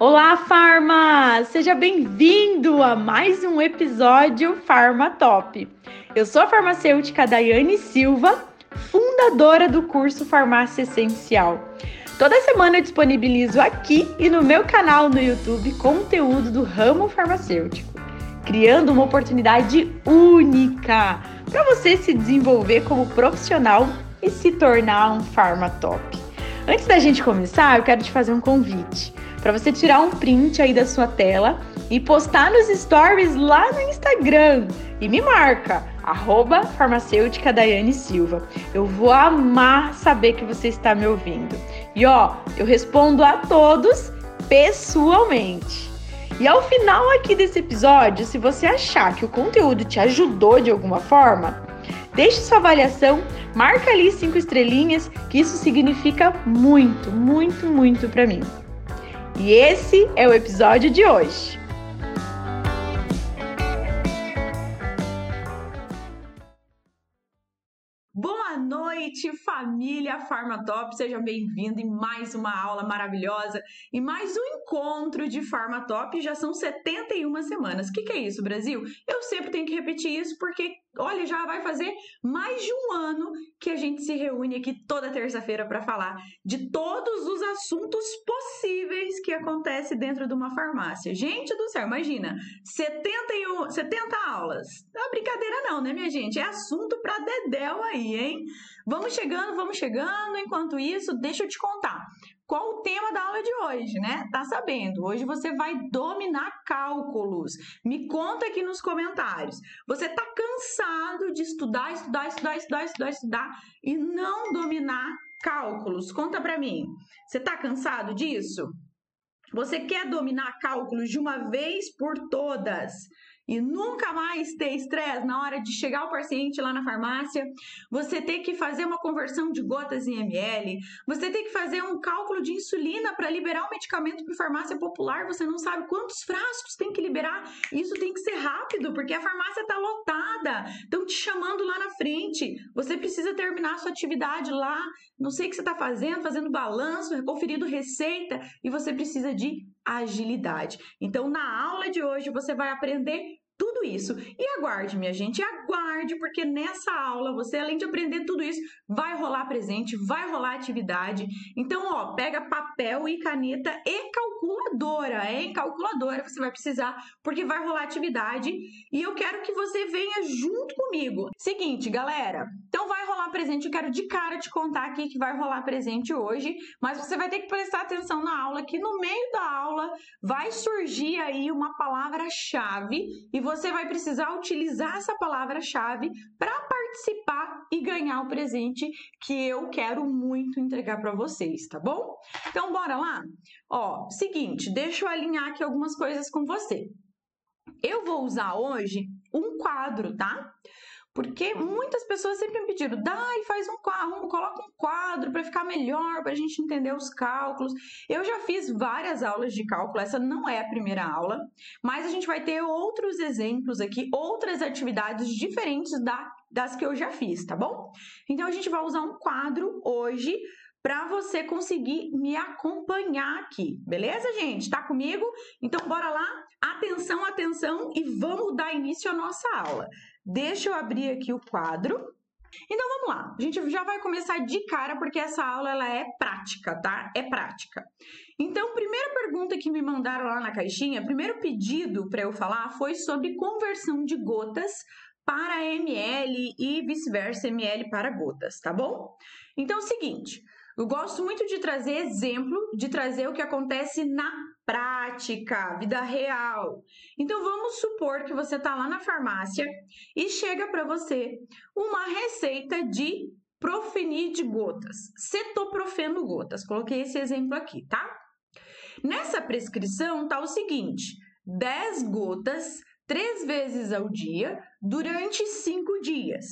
Olá, Farma! Seja bem-vindo a mais um episódio Farma Top. Eu sou a farmacêutica Daiane Silva, fundadora do curso Farmácia Essencial. Toda semana eu disponibilizo aqui e no meu canal no YouTube conteúdo do ramo farmacêutico, criando uma oportunidade única para você se desenvolver como profissional e se tornar um Farma Top. Antes da gente começar, eu quero te fazer um convite para você tirar um print aí da sua tela e postar nos stories lá no Instagram. E me marca, @farmacêutica Daiane Silva. Eu vou amar saber que você está me ouvindo. E eu respondo a todos pessoalmente. E ao final aqui desse episódio, se você achar que o conteúdo te ajudou de alguma forma, deixe sua avaliação, marca ali 5 estrelinhas, que isso significa muito, muito, muito para mim. E esse é o episódio de hoje. Boa noite, família Farmatop, seja bem-vindo em mais uma aula maravilhosa e mais um encontro de Farmatop. Já são 71 semanas. O que é isso, Brasil? Eu sempre tenho que repetir isso porque, olha, já vai fazer mais de um ano que a gente se reúne aqui toda terça-feira para falar de todos os assuntos possíveis que acontecem dentro de uma farmácia. Gente do céu, imagina, 70 aulas. Não é brincadeira não, né, minha gente? É assunto para dedéu aí, hein? Vamos chegando. Enquanto isso, deixa eu te contar. Qual o tema da aula de hoje, né? Tá sabendo? Hoje você vai dominar cálculos. Me conta aqui nos comentários. Você tá cansado de estudar e não dominar cálculos? Conta pra mim. Você tá cansado disso? Você quer dominar cálculos de uma vez por todas e nunca mais ter estresse na hora de chegar o paciente lá na farmácia? Você ter que fazer uma conversão de gotas em ml, você ter que fazer um cálculo de insulina para liberar um medicamento para farmácia popular, você não sabe quantos frascos tem que liberar, isso tem que ser rápido, porque a farmácia está lotada, estão te chamando lá na frente, você precisa terminar a sua atividade lá, não sei o que você está fazendo balanço, conferindo receita, e você precisa de agilidade. Então, na aula de hoje, você vai aprender tudo isso. E aguarde, minha gente, aguarde, porque nessa aula, você, além de aprender tudo isso, vai rolar presente, vai rolar atividade. Então, pega papel e caneta e calculadora. Calculadora você vai precisar, porque vai rolar atividade. E eu quero que você venha junto comigo. Seguinte, galera, então vai rolar presente. Eu quero de cara te contar aqui que vai rolar presente hoje, mas você vai ter que prestar atenção na aula, que no meio da aula vai surgir aí uma palavra-chave e você vai precisar utilizar essa palavra-chave para participar e ganhar o presente que eu quero muito entregar para vocês, tá bom? Então, bora lá? Seguinte, deixa eu alinhar aqui algumas coisas com você. Eu vou usar hoje um quadro, tá? Porque muitas pessoas sempre me pediram, faz um quadro, coloca um quadro para ficar melhor, para a gente entender os cálculos. Eu já fiz várias aulas de cálculo, essa não é a primeira aula, mas a gente vai ter outros exemplos aqui, outras atividades diferentes das que eu já fiz, tá bom? Então, a gente vai usar um quadro hoje para você conseguir me acompanhar aqui, beleza, gente? Tá comigo? Então, bora lá? Atenção e vamos dar início à nossa aula. Deixa eu abrir aqui o quadro. Então, vamos lá. A gente já vai começar de cara, porque essa aula ela é prática, tá? É prática. Então, primeira pergunta que me mandaram lá na caixinha, primeiro pedido para eu falar foi sobre conversão de gotas para ml e vice-versa, ml para gotas, tá bom? Então, é o seguinte, eu gosto muito de trazer exemplo, de trazer o que acontece na prática, vida real. Então, vamos supor que você está lá na farmácia e chega para você uma receita de Profenil de gotas, cetoprofeno gotas. Coloquei esse exemplo aqui, tá? Nessa prescrição está o seguinte, 10 gotas, 3 vezes ao dia, durante 5 dias.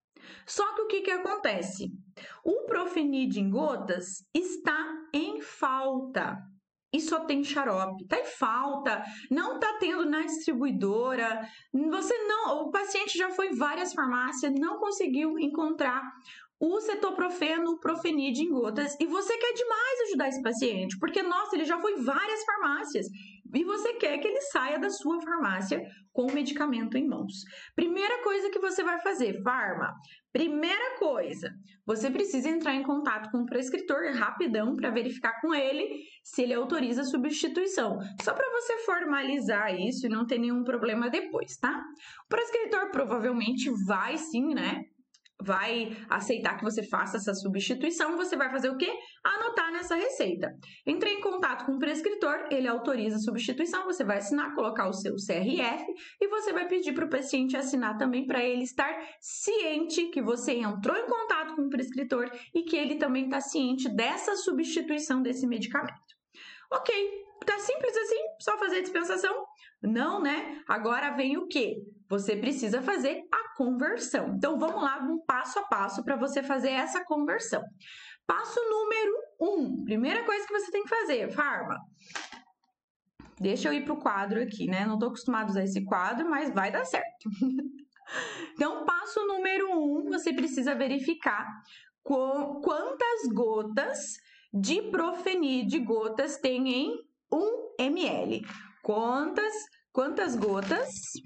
Só que o que acontece? O Profenil em gotas está em falta. E só tem xarope, tá em falta, não tá tendo na distribuidora, o paciente já foi em várias farmácias, não conseguiu encontrar o cetoprofeno, o Profenid em gotas, e você quer demais ajudar esse paciente, porque, nossa, ele já foi em várias farmácias, e você quer que ele saia da sua farmácia com o medicamento em mãos. Primeira coisa que você vai fazer, farma, primeira coisa, você precisa entrar em contato com o prescritor rapidão para verificar com ele se ele autoriza a substituição. Só para você formalizar isso e não ter nenhum problema depois, tá? O prescritor provavelmente vai sim, né? Vai aceitar que você faça essa substituição, você vai fazer o quê? Anotar nessa receita. Entrei em contato com o prescritor, ele autoriza a substituição, você vai assinar, colocar o seu CRF e você vai pedir para o paciente assinar também para ele estar ciente que você entrou em contato com o prescritor e que ele também está ciente dessa substituição desse medicamento. Ok, tá simples assim? Só fazer a dispensação? Não, né? Agora vem o quê? Você precisa fazer a conversão. Então, vamos lá, um passo a passo para você fazer essa conversão. Passo número 1. Primeira coisa que você tem que fazer, farma. Deixa eu ir para o quadro aqui, né? Não estou acostumada a usar esse quadro, mas vai dar certo. Então, passo número 1, você precisa verificar quantas gotas de Profenid gotas tem em 1 ml. Quantas gotas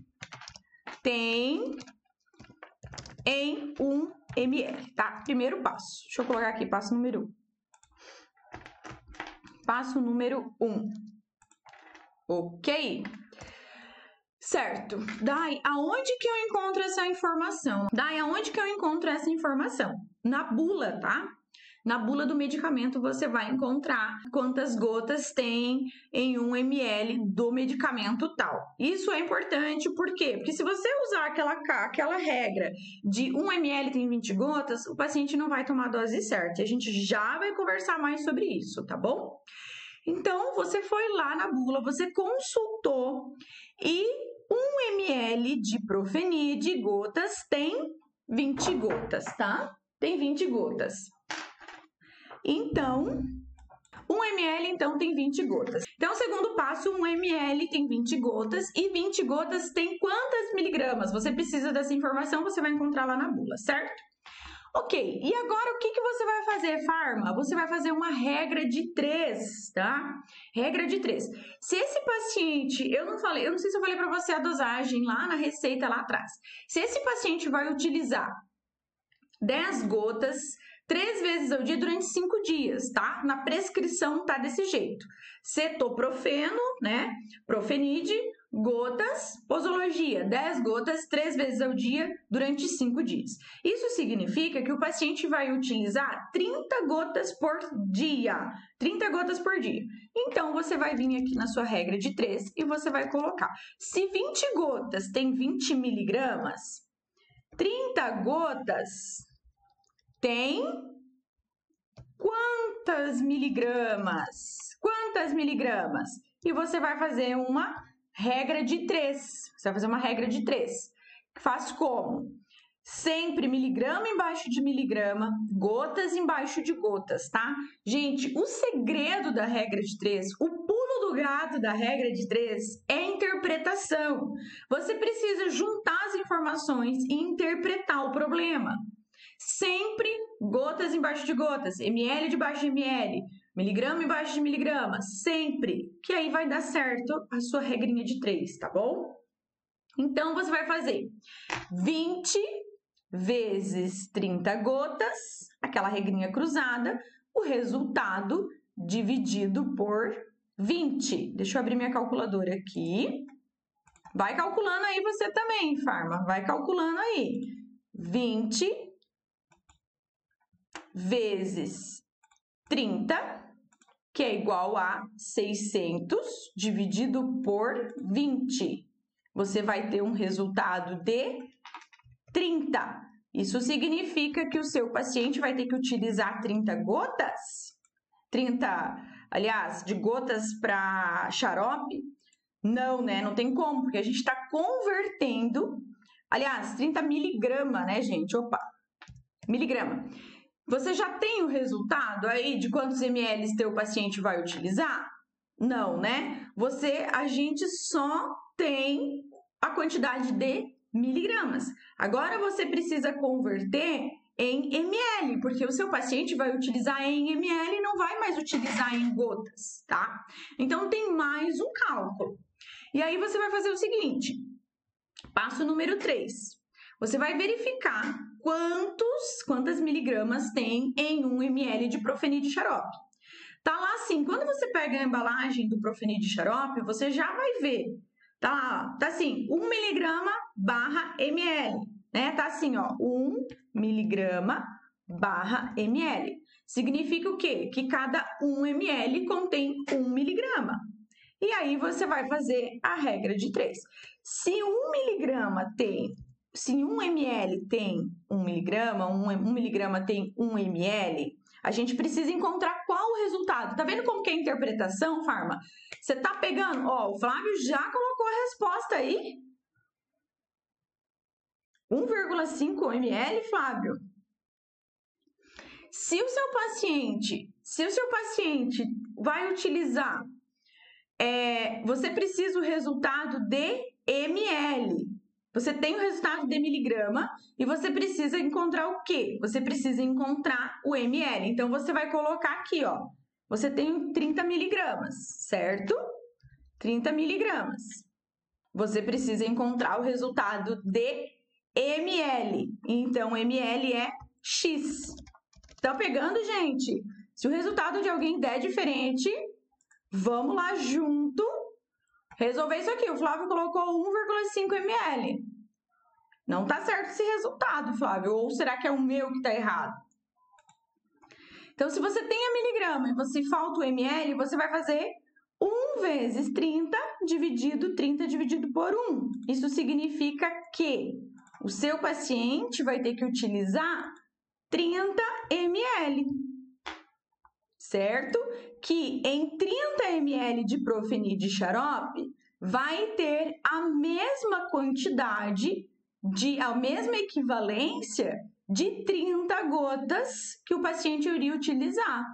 tem em 1 ml, tá? Primeiro passo. Deixa eu colocar aqui, passo número 1. Passo número 1. Ok? Certo. Daí, aonde que eu encontro essa informação? Na bula, tá? Na bula do medicamento, você vai encontrar quantas gotas tem em 1 ml do medicamento tal. Isso é importante, por quê? Porque se você usar aquela regra de 1 ml tem 20 gotas, o paciente não vai tomar a dose certa. A gente já vai conversar mais sobre isso, tá bom? Então, você foi lá na bula, você consultou e 1 ml de Profenid gotas tem 20 gotas, tá? Tem 20 gotas. Então, 1 ml, então, tem 20 gotas. Então, segundo passo, 1 ml tem 20 gotas e 20 gotas tem quantas miligramas? Você precisa dessa informação, você vai encontrar lá na bula, certo? Ok, e agora o que você vai fazer, farma? Você vai fazer uma regra de 3, tá? Regra de 3. Se esse paciente, eu não sei se eu falei para você a dosagem lá na receita lá atrás. Se esse paciente vai utilizar 10 gotas 3 vezes ao dia durante 5 dias, tá? Na prescrição tá desse jeito. Cetoprofeno, né? Profenid, gotas, posologia, 10 gotas 3 vezes ao dia durante 5 dias. Isso significa que o paciente vai utilizar 30 gotas por dia. 30 gotas por dia. Então, você vai vir aqui na sua regra de 3 e você vai colocar. Se 20 gotas tem 20 miligramas, 30 gotas tem quantas miligramas? Quantas miligramas? E você vai fazer uma regra de 3. Você vai fazer uma regra de 3. Faz como? Sempre miligrama embaixo de miligrama, gotas embaixo de gotas, tá? Gente, o segredo da regra de 3, o pulo do gato da regra de 3 é interpretação. Você precisa juntar as informações e interpretar o problema. Sempre gotas embaixo de gotas, ml debaixo de ml, miligrama embaixo de miligrama, sempre, que aí vai dar certo a sua regrinha de 3, tá bom? Então, você vai fazer 20 vezes 30 gotas, aquela regrinha cruzada, o resultado dividido por 20. Deixa eu abrir minha calculadora aqui. Vai calculando aí você também, farma, vai calculando aí. 20 vezes 30, que é igual a 600, dividido por 20. Você vai ter um resultado de 30. Isso significa que o seu paciente vai ter que utilizar 30 gotas? 30, aliás, de gotas para xarope? Não, né? Não tem como, porque a gente está convertendo. Aliás, 30 miligrama, né, gente? Opa, miligrama. Você já tem o resultado aí de quantos ml teu paciente vai utilizar? Não, né? A gente só tem a quantidade de miligramas. Agora, você precisa converter em ml, porque o seu paciente vai utilizar em ml e não vai mais utilizar em gotas, tá? Então, tem mais um cálculo. E aí, você vai fazer o seguinte, passo número 3. Você vai verificar quantas miligramas tem em 1 ml de Profeni de xarope. Tá lá assim, quando você pega a embalagem do Profeni de xarope, você já vai ver. Tá lá, tá assim, 1 miligrama barra ml, né? Tá assim, ó, 1 miligrama barra ml. Significa o quê? Que cada 1 ml contém 1 miligrama. E aí, você vai fazer a regra de 3. Se 1 ml tem 1 miligrama, 1 miligrama tem 1 ml, a gente precisa encontrar qual o resultado. Tá vendo como que é a interpretação, Farma? Você tá pegando, ó, o Flávio já colocou a resposta aí. 1,5 ml, Flávio. Se o seu paciente vai utilizar, você precisa o resultado de ml. Você tem o resultado de miligrama e você precisa encontrar o quê? Você precisa encontrar o ml. Então, você vai colocar aqui, ó. Você tem 30 miligramas, certo? 30 miligramas. Você precisa encontrar o resultado de ml. Então, ml é X. Tá pegando, gente? Se o resultado de alguém der diferente, vamos lá junto resolver isso aqui. O Flávio colocou 1,5 ml. Não tá certo esse resultado, Flávio. Ou será que é o meu que tá errado? Então, se você tem a miligrama e você falta o ml, você vai fazer 1 vezes 30 dividido por 1. Isso significa que o seu paciente vai ter que utilizar 30 ml. Certo? Que em 30 ml de Profeni de xarope vai ter a mesma quantidade, a mesma equivalência de 30 gotas que o paciente iria utilizar.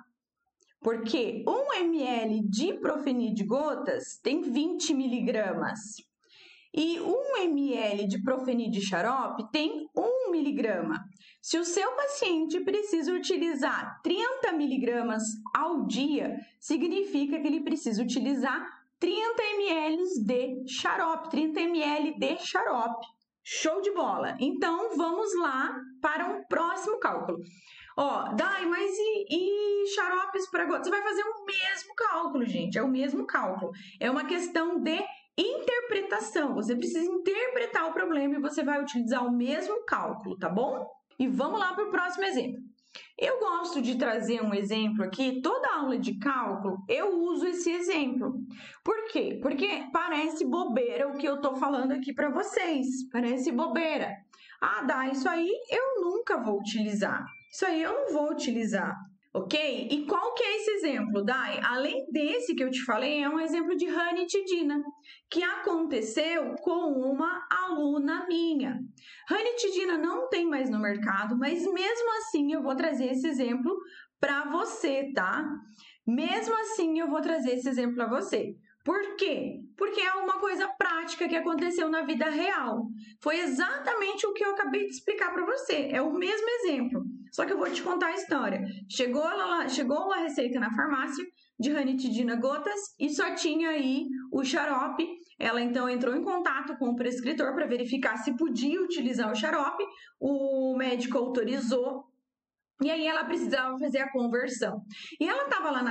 Porque 1 ml de Profeni de gotas tem 20 miligramas. E 1 ml de Profeni de xarope tem 1 miligrama. Se o seu paciente precisa utilizar 30 miligramas ao dia, significa que ele precisa utilizar 30 ml de xarope, 30 ml de xarope. Show de bola! Então, vamos lá para um próximo cálculo. Ó, Dai, mas e xaropes para gotas? Você vai fazer o mesmo cálculo, gente, é o mesmo cálculo. É uma questão de interpretação. Você precisa interpretar o problema e você vai utilizar o mesmo cálculo, tá bom? E vamos lá para o próximo exemplo. Eu gosto de trazer um exemplo aqui, toda aula de cálculo eu uso esse exemplo. Por quê? Porque parece bobeira o que eu tô falando aqui para vocês, parece bobeira. Ah, Dá, isso aí eu nunca vou utilizar, isso aí eu não vou utilizar. Ok? E qual que é esse exemplo, Dai? Além desse que eu te falei, é um exemplo de ranitidina, que aconteceu com uma aluna minha. Ranitidina não tem mais no mercado, mas mesmo assim eu vou trazer esse exemplo para você, tá? Mesmo assim eu vou trazer esse exemplo para você. Por quê? Porque é uma coisa prática que aconteceu na vida real. Foi exatamente o que eu acabei de explicar para você. É o mesmo exemplo. Só que eu vou te contar a história. Chegou uma receita na farmácia de ranitidina gotas e só tinha aí o xarope. Ela então entrou em contato com o prescritor para verificar se podia utilizar o xarope. O médico autorizou e aí ela precisava fazer a conversão. E ela estava lá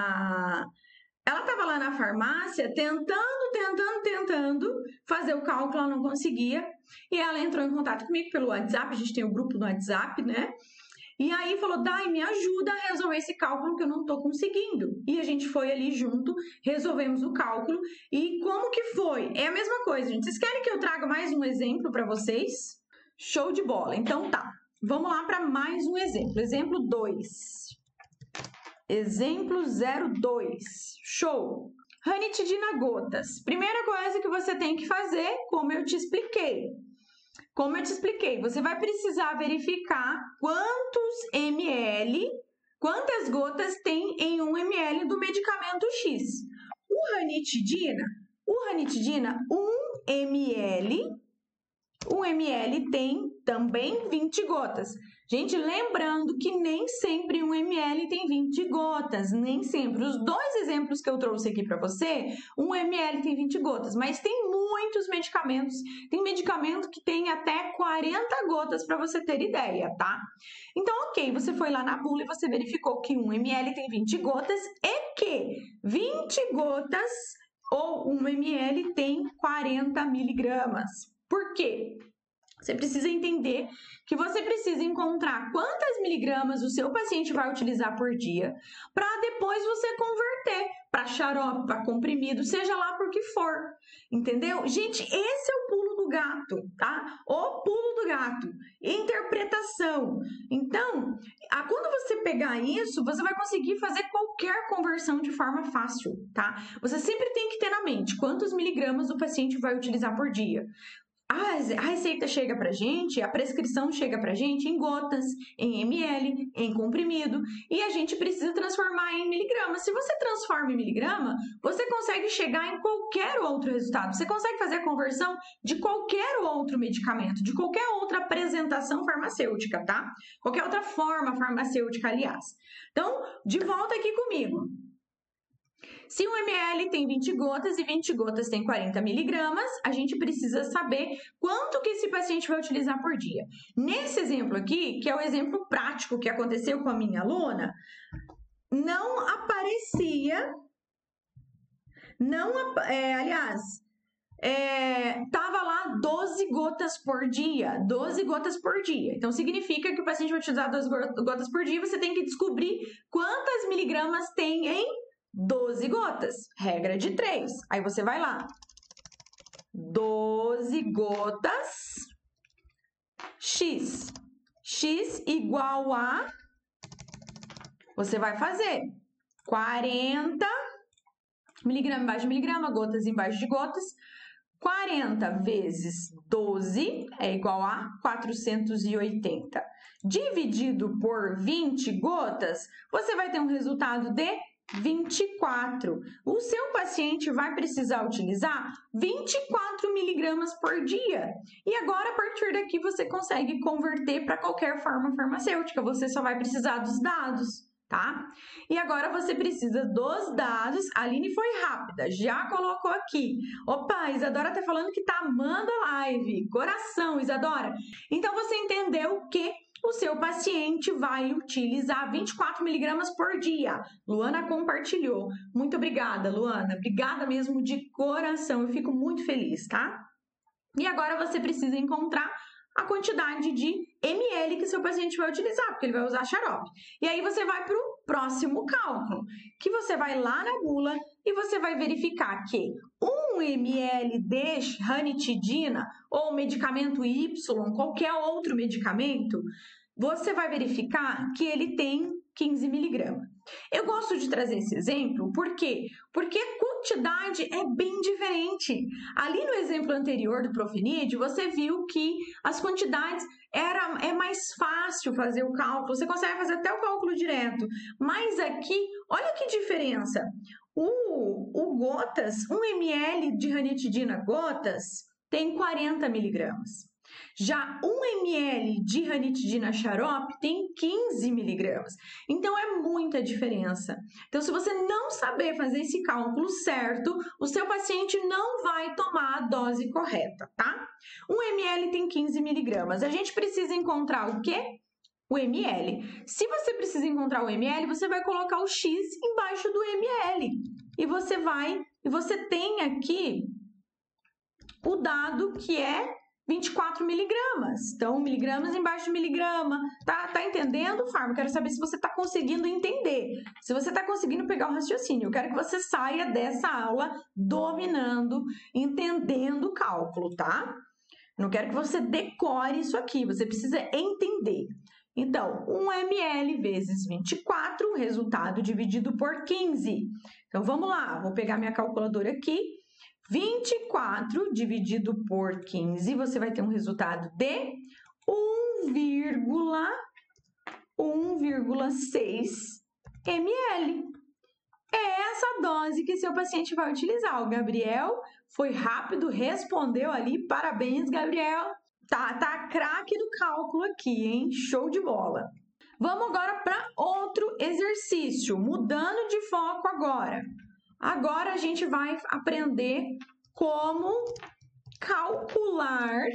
na farmácia tentando fazer o cálculo, ela não conseguia. E ela entrou em contato comigo pelo WhatsApp, a gente tem o grupo no WhatsApp, né? E aí falou, Dai, me ajuda a resolver esse cálculo que eu não tô conseguindo. E a gente foi ali junto, resolvemos o cálculo. E como que foi? É a mesma coisa, gente. Vocês querem que eu traga mais um exemplo para vocês? Show de bola. Então tá, vamos lá para mais um exemplo. Exemplo 2. Exemplo 02. Show! Ranitidina gotas. Primeira coisa que você tem que fazer, como eu te expliquei. Você vai precisar verificar quantas gotas tem em 1 ml do medicamento X. O ranitidina, 1 ml tem também 20 gotas. Gente, lembrando que nem sempre 1 ml tem 20 gotas, nem sempre. Os dois exemplos que eu trouxe aqui para você, 1 ml tem 20 gotas, mas tem muitos medicamentos. Tem medicamento que tem até 40 gotas para você ter ideia, tá? Então, ok, você foi lá na bula e você verificou que 1 ml tem 20 gotas e que 20 gotas ou 1 ml tem 40 miligramas. Por quê? Você precisa entender que você precisa encontrar quantas miligramas o seu paciente vai utilizar por dia para depois você converter para xarope, para comprimido, seja lá por que for, entendeu? Gente, esse é o pulo do gato, tá? O pulo do gato, interpretação. Então, quando você pegar isso, você vai conseguir fazer qualquer conversão de forma fácil, tá? Você sempre tem que ter na mente quantos miligramas o paciente vai utilizar por dia. A receita chega pra gente, a prescrição chega pra gente em gotas, em ml, em comprimido, e a gente precisa transformar em miligramas. Se você transforma em miligrama, você consegue chegar em qualquer outro resultado. Você consegue fazer a conversão de qualquer outro medicamento, de qualquer outra apresentação farmacêutica, tá? Qualquer outra forma farmacêutica, aliás. Então, de volta aqui comigo. Se 1 ml tem 20 gotas e 20 gotas tem 40 miligramas, a gente precisa saber quanto que esse paciente vai utilizar por dia. Nesse exemplo aqui, que é o exemplo prático que aconteceu com a minha aluna, não aparecia, tava lá 12 gotas por dia, 12 gotas por dia. Então, significa que o paciente vai utilizar 12 gotas por dia, você tem que descobrir quantas miligramas tem em 12 gotas, regra de 3. Aí você vai lá, 12 gotas, X. X igual a, você vai fazer 40 miligrama embaixo de miligrama, gotas embaixo de gotas. 40 vezes 12 é igual a 480. Dividido por 20 gotas, você vai ter um resultado de 24. O seu paciente vai precisar utilizar 24 miligramas por dia. E agora, a partir daqui, você consegue converter para qualquer forma farmacêutica. Você só vai precisar dos dados, tá? E agora você precisa dos dados. A Aline foi rápida, já colocou aqui. Opa, a Isadora tá falando que tá amando a live. Coração, Isadora. Então, você entendeu que o seu paciente vai utilizar 24 miligramas por dia. Luana compartilhou. Muito obrigada, Luana. Obrigada mesmo de coração. Eu fico muito feliz, tá? E agora você precisa encontrar a quantidade de ml que seu paciente vai utilizar, porque ele vai usar xarope. E aí você vai para o próximo cálculo, que você vai lá na bula e você vai verificar que 1 ml de ranitidina ou medicamento Y, qualquer outro medicamento, você vai verificar que ele tem 15 miligramas. Eu gosto de trazer esse exemplo, por quê? Porque a quantidade é bem diferente. Ali no exemplo anterior do Profinid, você viu que as quantidades é mais fácil fazer o cálculo, você consegue fazer até o cálculo direto. Mas aqui, olha que diferença. O gotas, 1 ml de ranitidina gotas, tem 40 miligramas. Já 1 ml de ranitidina xarope tem 15 miligramas. Então, é muita diferença. Então, se você não saber fazer esse cálculo certo, o seu paciente não vai tomar a dose correta, tá? 1 ml tem 15 miligramas. A gente precisa encontrar o quê? O ml. Se você precisa encontrar o ml, você vai colocar o X embaixo do ml. E você tem aqui o dado que é 24 miligramas. Então, miligramas embaixo de miligrama. Tá entendendo, Farma? Quero saber se você está conseguindo entender. Se você está conseguindo pegar o raciocínio. Eu quero que você saia dessa aula dominando, entendendo o cálculo, tá? Não quero que você decore isso aqui. Você precisa entender. Então, 1 ml vezes 24, resultado dividido por 15. Então, vamos lá. Vou pegar minha calculadora aqui. 24 dividido por 15, você vai ter um resultado de 1,6 ml. É essa dose que seu paciente vai utilizar. O Gabriel foi rápido, respondeu ali. Parabéns, Gabriel. Tá craque do cálculo aqui, hein? Show de bola. Vamos agora para outro exercício, mudando de foco agora. Agora a gente vai aprender como calcular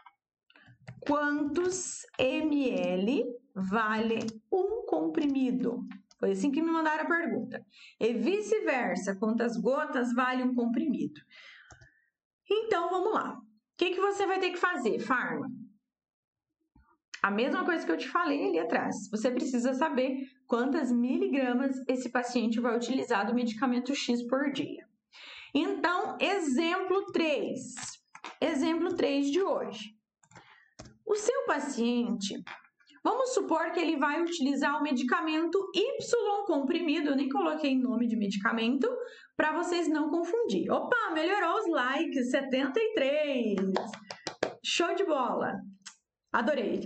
quantos ml vale um comprimido. Foi assim que me mandaram a pergunta. E vice-versa, quantas gotas vale um comprimido? Então, vamos lá. O que você vai ter que fazer, Farma? A mesma coisa que eu te falei ali atrás. Você precisa saber quantas miligramas esse paciente vai utilizar do medicamento X por dia. Então, exemplo 3. Exemplo 3 de hoje. O seu paciente, vamos supor que ele vai utilizar o medicamento Y comprimido, eu nem coloquei nome de medicamento, para vocês não confundir. Opa, melhorou os likes, 73! Show de bola! Adorei.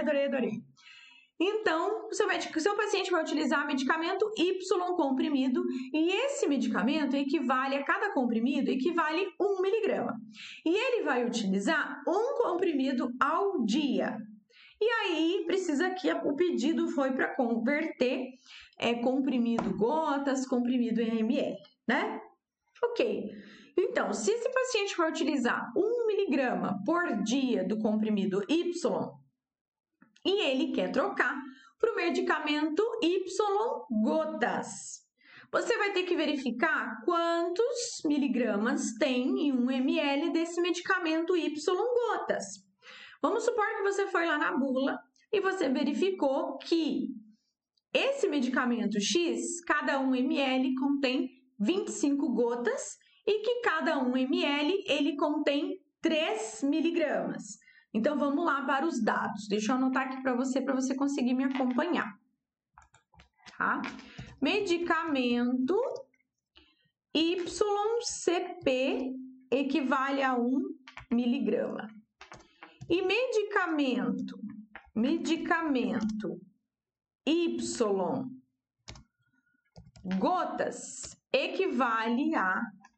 Então, o seu paciente vai utilizar medicamento Y comprimido e esse medicamento equivale, a cada comprimido, equivale 1 miligrama. E ele vai utilizar um comprimido ao dia. E aí, precisa que o pedido foi para converter comprimido gotas, comprimido em ml, né? Ok. Então, se esse paciente vai utilizar 1 miligrama por dia do comprimido Y e ele quer trocar para o medicamento Y gotas, você vai ter que verificar quantos miligramas tem em 1 ml desse medicamento Y gotas. Vamos supor que você foi lá na bula e você verificou que esse medicamento X, cada 1 ml contém 25 gotas e que cada 1 ml ele contém 3 miligramas. Então, vamos lá para os dados. Deixa eu anotar aqui para você conseguir me acompanhar. Tá? Medicamento YCP equivale a 1 miligrama. E medicamento Y gotas equivale a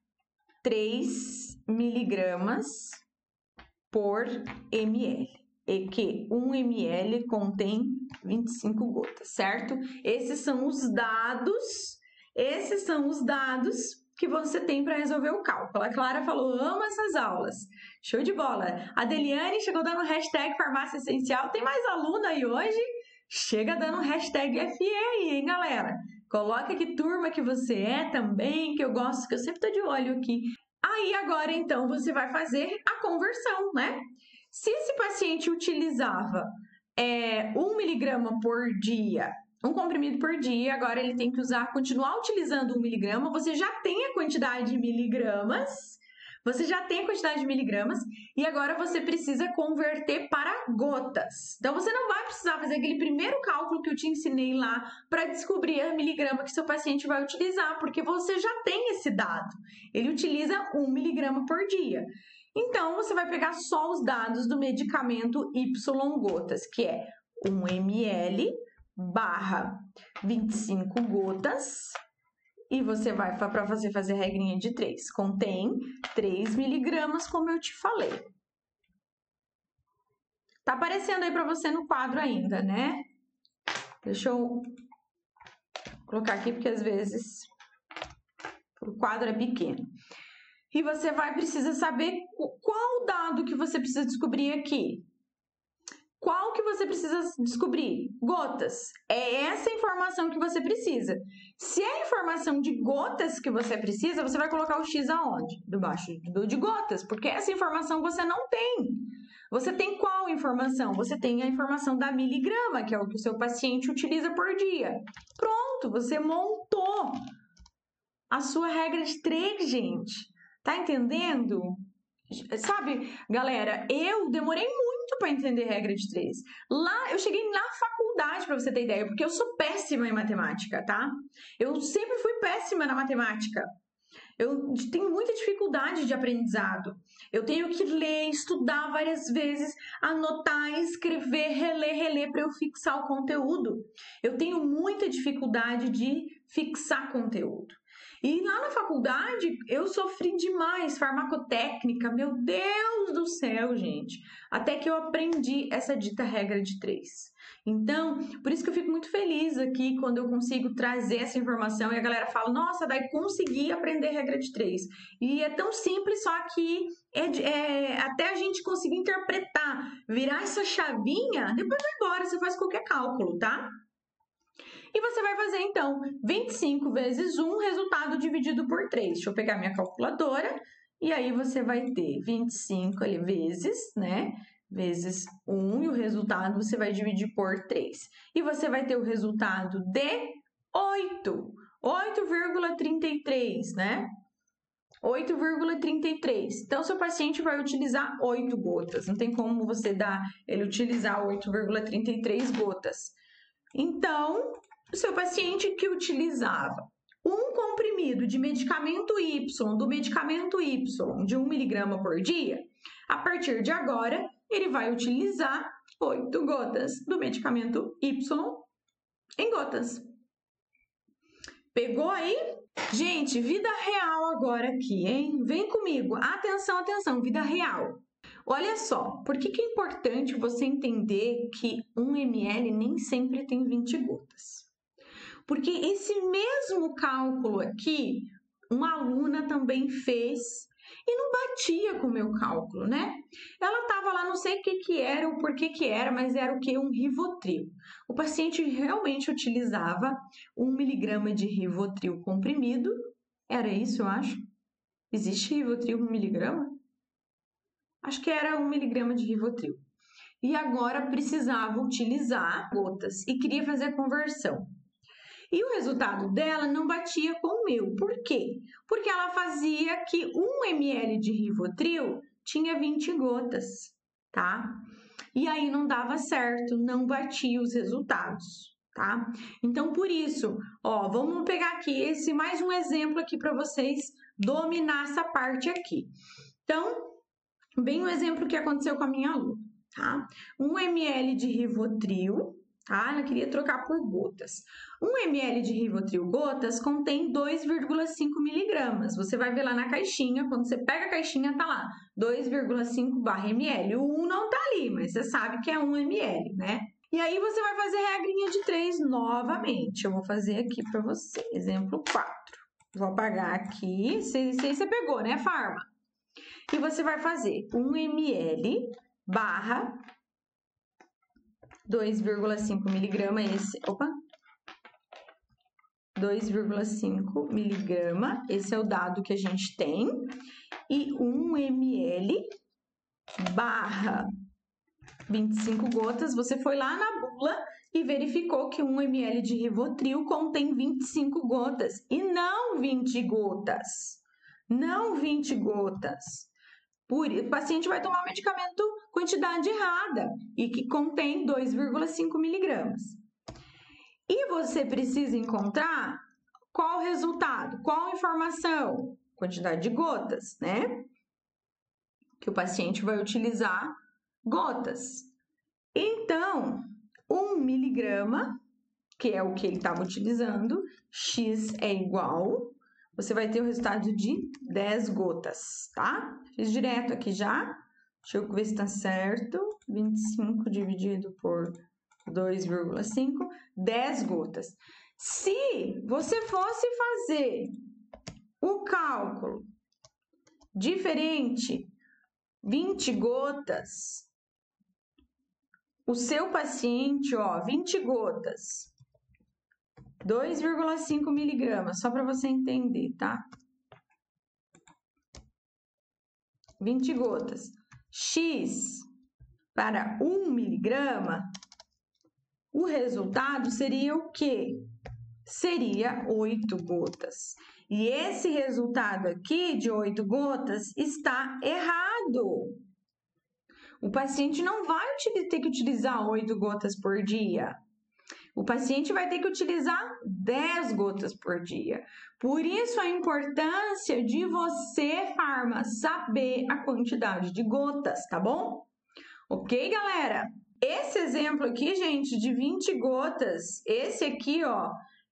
3 miligramas por ml. E que 1 ml contém 25 gotas, certo? Esses são os dados que você tem para resolver o cálculo. A Clara falou, amo essas aulas. Show de bola. A Deliane chegou dando hashtag farmácia essencial. Tem mais aluna aí hoje? Chega dando hashtag FE aí, hein, galera? Coloca que turma que você é também, que eu gosto, que eu sempre tô de olho aqui. Aí, agora, então, você vai fazer a conversão, né? Se esse paciente utilizava 1 miligrama por dia, um comprimido por dia, agora ele tem que continuar utilizando 1 miligrama, você já tem a quantidade de miligramas, e agora você precisa converter para gotas. Então, você não vai precisar fazer aquele primeiro cálculo que eu te ensinei lá para descobrir a miligrama que seu paciente vai utilizar, porque você já tem esse dado. Ele utiliza 1 miligrama por dia. Então, você vai pegar só os dados do medicamento Y gotas, que é 1 ml barra 25 gotas, e você vai, para você fazer a regrinha de 3, contém 3 miligramas, como eu te falei. Tá aparecendo aí para você no quadro ainda, né? Deixa eu colocar aqui, porque às vezes o quadro é pequeno. E você precisa saber qual dado que você precisa descobrir aqui. Qual que você precisa descobrir? Gotas. É essa informação que você precisa. Se é a informação de gotas que você precisa, você vai colocar o X aonde? Debaixo de gotas, porque essa informação você não tem. Você tem qual informação? Você tem a informação da miligrama, que é o que o seu paciente utiliza por dia. Pronto, você montou a sua regra de 3, gente. Tá entendendo? Sabe, galera, eu demorei muito para entender regra de 3. Lá, eu cheguei na faculdade, para você ter ideia, porque eu sou péssima em matemática, tá? Eu sempre fui péssima na matemática. Eu tenho muita dificuldade de aprendizado. Eu tenho que ler, estudar várias vezes, anotar, escrever, reler para eu fixar o conteúdo. Eu tenho muita dificuldade de fixar conteúdo. E lá na faculdade eu sofri demais, farmacotécnica, meu Deus do céu, gente. Até que eu aprendi essa dita regra de 3. Então, por isso que eu fico muito feliz aqui quando eu consigo trazer essa informação e a galera fala, nossa, daí consegui aprender regra de 3. E é tão simples, só que até a gente conseguir interpretar, virar essa chavinha, depois vai embora, você faz qualquer cálculo, tá? E você vai fazer, então, 25 vezes 1, resultado dividido por 3. Deixa eu pegar minha calculadora. E aí, você vai ter 25 ali vezes, né? Vezes 1, e o resultado você vai dividir por 3. E você vai ter o resultado de 8. 8,33, né? 8,33. Então, seu paciente vai utilizar 8 gotas. Não tem como você ele utilizar 8,33 gotas. Então, o seu paciente que utilizava um comprimido de medicamento Y, do medicamento Y, de 1 miligrama por dia, a partir de agora, ele vai utilizar 8 gotas do medicamento Y em gotas. Pegou aí? Gente, vida real agora aqui, hein? Vem comigo. Atenção, atenção, vida real. Olha só, por que é importante você entender que 1 ml nem sempre tem 20 gotas? Porque esse mesmo cálculo aqui, uma aluna também fez e não batia com o meu cálculo, né? Ela estava lá, não sei o que era, o porquê que era, mas era o que? Um Rivotril. O paciente realmente utilizava 1 miligrama de Rivotril comprimido. Era isso, eu acho? Existe Rivotril 1 miligrama? Acho que era 1 miligrama de Rivotril. E agora precisava utilizar gotas e queria fazer a conversão. E o resultado dela não batia com o meu. Por quê? Porque ela fazia que 1 ml de Rivotril tinha 20 gotas, tá? E aí não dava certo, não batia os resultados, tá? Então, por isso, ó, vamos pegar aqui mais um exemplo aqui para vocês dominar essa parte aqui. Então, bem o exemplo que aconteceu com a minha aluna, tá? 1 ml de Rivotril, tá? Ela queria trocar por gotas. 1 ml de Rivotril gotas contém 2,5 miligramas. Você vai ver lá na caixinha, quando você pega a caixinha, tá lá, 2,5/ml. O 1 não tá ali, mas você sabe que é 1 ml, né? E aí, você vai fazer regrinha de 3 novamente. Eu vou fazer aqui para você, exemplo 4. Vou apagar aqui, você pegou, né, Farma? E você vai fazer 1 ml barra 2,5 miligrama, 2,5 miligrama, esse é o dado que a gente tem, e 1 ml barra 25 gotas, você foi lá na bula e verificou que 1 ml de Rivotril contém 25 gotas, e não 20 gotas, não 20 gotas. O paciente vai tomar o medicamento quantidade errada e que contém 2,5 miligramas. E você precisa encontrar qual o resultado, qual a informação, quantidade de gotas, né? Que o paciente vai utilizar gotas. Então, 1 miligrama, que é o que ele estava utilizando, X é igual, você vai ter o resultado de 10 gotas, tá? Fiz direto aqui já. Deixa eu ver se tá certo. 25 dividido por 2,5, 10 gotas. Se você fosse fazer o cálculo diferente, 20 gotas, o seu paciente, ó, 20 gotas, 2,5 miligramas, só para você entender, tá? 20 gotas. X para 1 miligrama, o resultado seria o quê? Seria 8 gotas. E esse resultado aqui de 8 gotas está errado. O paciente não vai ter que utilizar 8 gotas por dia. O paciente vai ter que utilizar 10 gotas por dia. Por isso a importância de você, Farma, saber a quantidade de gotas, tá bom? Ok, galera? Esse exemplo aqui, gente, de 20 gotas, esse aqui, ó,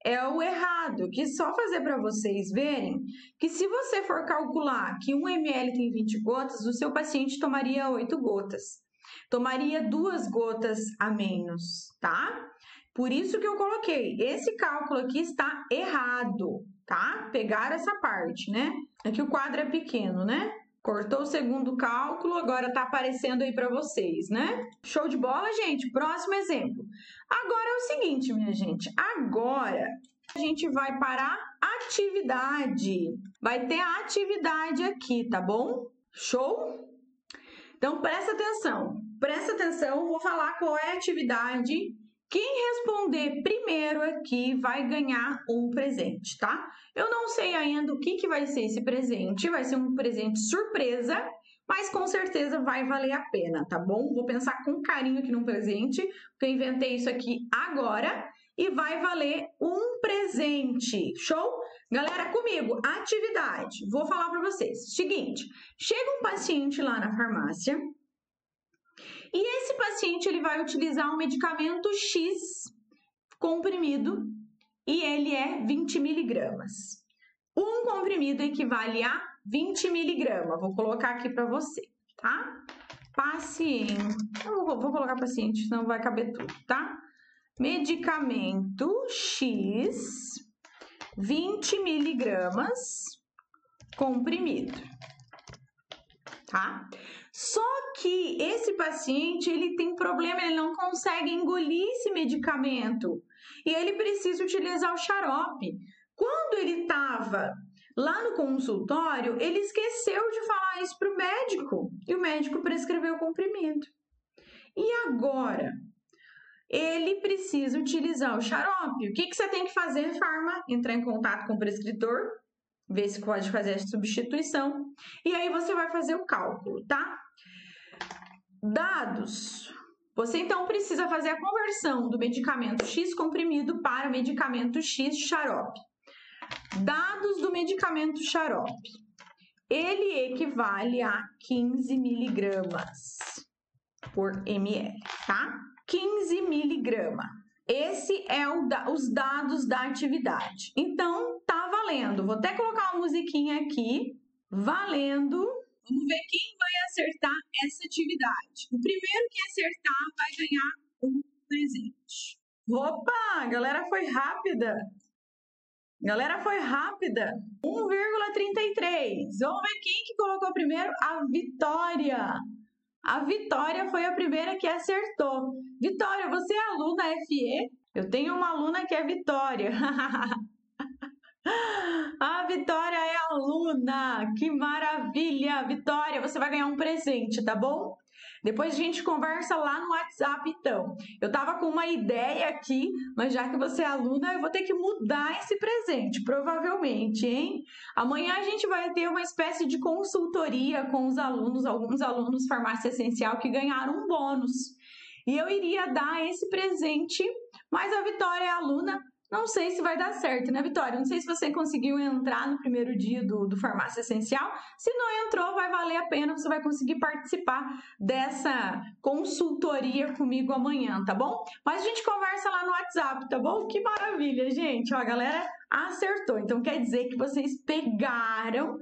é o errado, que só fazer para vocês verem que se você for calcular que 1 ml tem 20 gotas, o seu paciente tomaria 8 gotas. Tomaria 2 gotas a menos, tá? Por isso que eu coloquei, esse cálculo aqui está errado, tá? Pegaram essa parte, né? É que o quadro é pequeno, né? Cortou o segundo cálculo, agora tá aparecendo aí para vocês, né? Show de bola, gente? Próximo exemplo. Agora é o seguinte, minha gente. Agora a gente vai para a atividade. Vai ter a atividade aqui, tá bom? Show? Então, presta atenção, vou falar qual é a atividade. Quem responder primeiro aqui vai ganhar um presente, tá? Eu não sei ainda o que vai ser esse presente, vai ser um presente surpresa, mas com certeza vai valer a pena, tá bom? Vou pensar com carinho aqui no presente, porque eu inventei isso aqui agora e vai valer um presente, show? Galera, comigo, atividade, vou falar para vocês. Seguinte, chega um paciente lá na farmácia e esse paciente ele vai utilizar um medicamento X comprimido e ele é 20 miligramas. Um comprimido equivale a 20 miligramas. Vou colocar aqui para você, tá? Paciente, eu vou colocar paciente, senão vai caber tudo, tá? Medicamento X, 20 miligramas comprimido, tá? Só que esse paciente, ele tem problema, ele não consegue engolir esse medicamento e ele precisa utilizar o xarope. Quando ele estava lá no consultório, ele esqueceu de falar isso para o médico e o médico prescreveu o comprimido. E agora? Ele precisa utilizar o xarope. O que você tem que fazer, farma? Entrar em contato com o prescritor, ver se pode fazer a substituição. E aí você vai fazer o cálculo, tá? Dados. Você então precisa fazer a conversão do medicamento X comprimido para o medicamento X xarope. Dados do medicamento xarope. Ele equivale a 15 miligramas por ml, tá? 15 miligramas. Esse é os dados da atividade. Então, tá valendo. Vou até colocar uma musiquinha aqui. Valendo. Vamos ver quem vai acertar essa atividade. O primeiro que acertar vai ganhar um presente. Opa, a galera foi rápida. Galera foi rápida. 1,33. Vamos ver quem que colocou primeiro? A Vitória. A Vitória foi a primeira que acertou. Vitória, você é aluna FE? Eu tenho uma aluna que é Vitória. A Vitória é aluna. Que maravilha. Vitória, você vai ganhar um presente, tá bom? Depois a gente conversa lá no WhatsApp, então. Eu tava com uma ideia aqui, mas já que você é aluna, eu vou ter que mudar esse presente, provavelmente, hein? Amanhã a gente vai ter uma espécie de consultoria com os alunos, alguns alunos farmácia essencial que ganharam um bônus. E eu iria dar esse presente, mas a Vitória é aluna. Não sei se vai dar certo, né, Vitória? Não sei se você conseguiu entrar no primeiro dia do Farmácia Essencial. Se não entrou, vai valer a pena, você vai conseguir participar dessa consultoria comigo amanhã, tá bom? Mas a gente conversa lá no WhatsApp, tá bom? Que maravilha, gente! Ó, a galera acertou. Então, quer dizer que vocês pegaram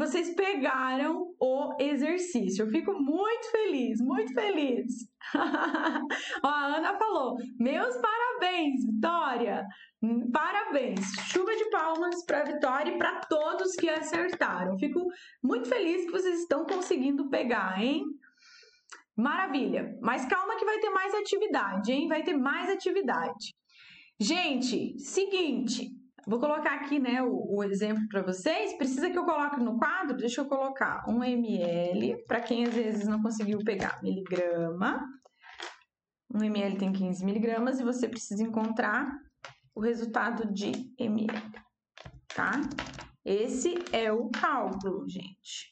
o exercício. Eu fico muito feliz, muito feliz. Ó, a Ana falou, meus parabéns, Vitória. Parabéns, chuva de palmas para a Vitória e para todos que acertaram. Fico muito feliz que vocês estão conseguindo pegar, hein? Maravilha, mas calma que vai ter mais atividade, hein? Vai ter mais atividade. Gente, seguinte, vou colocar aqui, né, o exemplo para vocês. Precisa que eu coloque no quadro? Deixa eu colocar 1 ml, para quem às vezes não conseguiu pegar, miligrama. 1 ml tem 15 miligramas e você precisa encontrar o resultado de ml, tá? Esse é o cálculo, gente.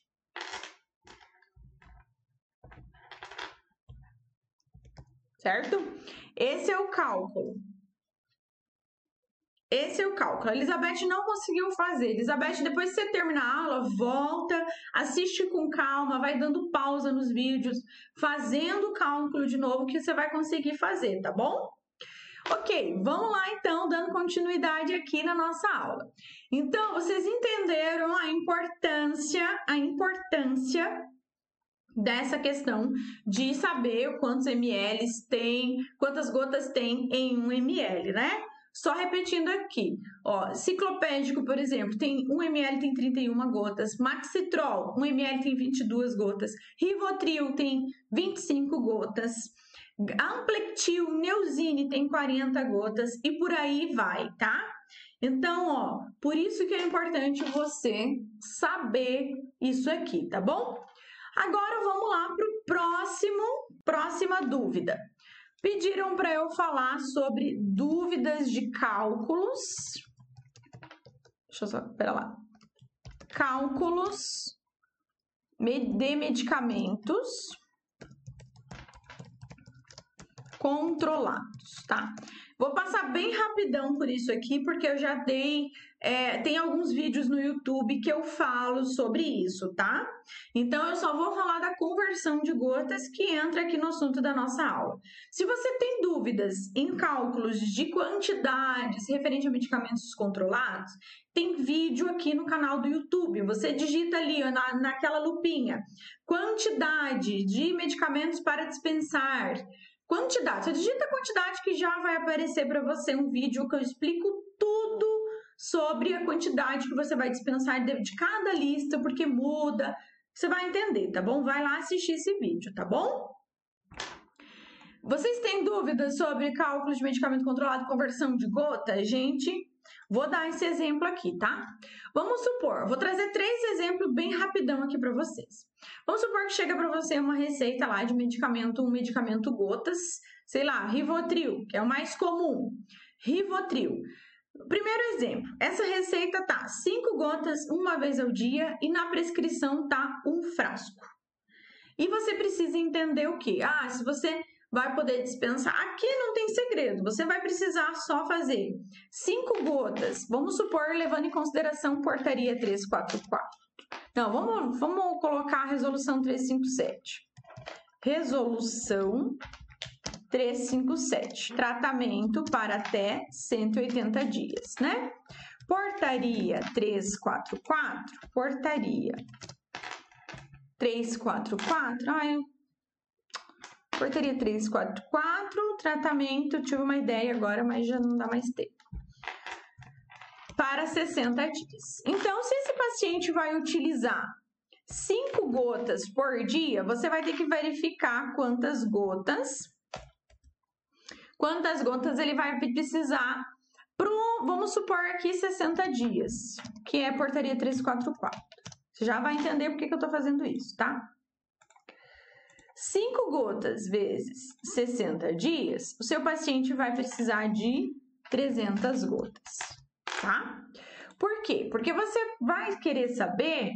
Certo? Esse é o cálculo. Esse é o cálculo. A Elizabeth não conseguiu fazer. Elizabeth, depois que você terminar a aula, volta, assiste com calma, vai dando pausa nos vídeos, fazendo o cálculo de novo que você vai conseguir fazer, tá bom? Ok, vamos lá então, dando continuidade aqui na nossa aula. Então, vocês entenderam a importância dessa questão de saber quantos ml tem, quantas gotas tem em 1 ml, né? Só repetindo aqui, ó, ciclopédico, por exemplo, tem 1 ml tem 31 gotas, Maxitrol, 1 ml tem 22 gotas, Rivotril tem 25 gotas, Amplectil, Neosine tem 40 gotas e por aí vai, tá? Então, ó, por isso que é importante você saber isso aqui, tá bom? Agora vamos lá para o próxima dúvida. Pediram para eu falar sobre dúvidas de cálculos. Deixa eu só, pera lá. Cálculos de medicamentos controlados, tá? Vou passar bem rapidão por isso aqui, porque eu já dei... tem alguns vídeos no YouTube que eu falo sobre isso, tá? Então, eu só vou falar da conversão de gotas que entra aqui no assunto da nossa aula. Se você tem dúvidas em cálculos de quantidades referente a medicamentos controlados, tem vídeo aqui no canal do YouTube. Você digita ali, ó, naquela lupinha, quantidade de medicamentos para dispensar. Quantidade, você digita a quantidade que já vai aparecer para você um vídeo que eu explico tudo sobre a quantidade que você vai dispensar de cada lista, porque muda, você vai entender, tá bom? Vai lá assistir esse vídeo, tá bom? Vocês têm dúvidas sobre cálculo de medicamento controlado, conversão de gota? Gente, vou dar esse exemplo aqui, tá? Vamos supor, vou trazer 3 exemplos bem rapidão aqui para vocês. Vamos supor que chega para você uma receita lá de medicamento, um medicamento gotas, sei lá, Rivotril, que é o mais comum. Rivotril. Primeiro exemplo, essa receita tá 5 gotas uma vez ao dia e na prescrição tá 1 frasco. E você precisa entender o quê? Ah, se você vai poder dispensar, aqui não tem segredo, você vai precisar só fazer 5 gotas, vamos supor, levando em consideração portaria 344. Não, vamos colocar a resolução 357. Resolução 357, tratamento para até 180 dias, né? Portaria 344, portaria 344, portaria 344, tratamento, tive uma ideia agora, mas já não dá mais tempo. Para 60 dias. Então, se esse paciente vai utilizar 5 gotas por dia, você vai ter que verificar quantas gotas ele vai precisar vamos supor aqui 60 dias, que é a portaria 344. Você já vai entender por que eu tô fazendo isso, tá? 5 gotas vezes 60 dias, o seu paciente vai precisar de 300 gotas, tá? Por quê? Porque você vai querer saber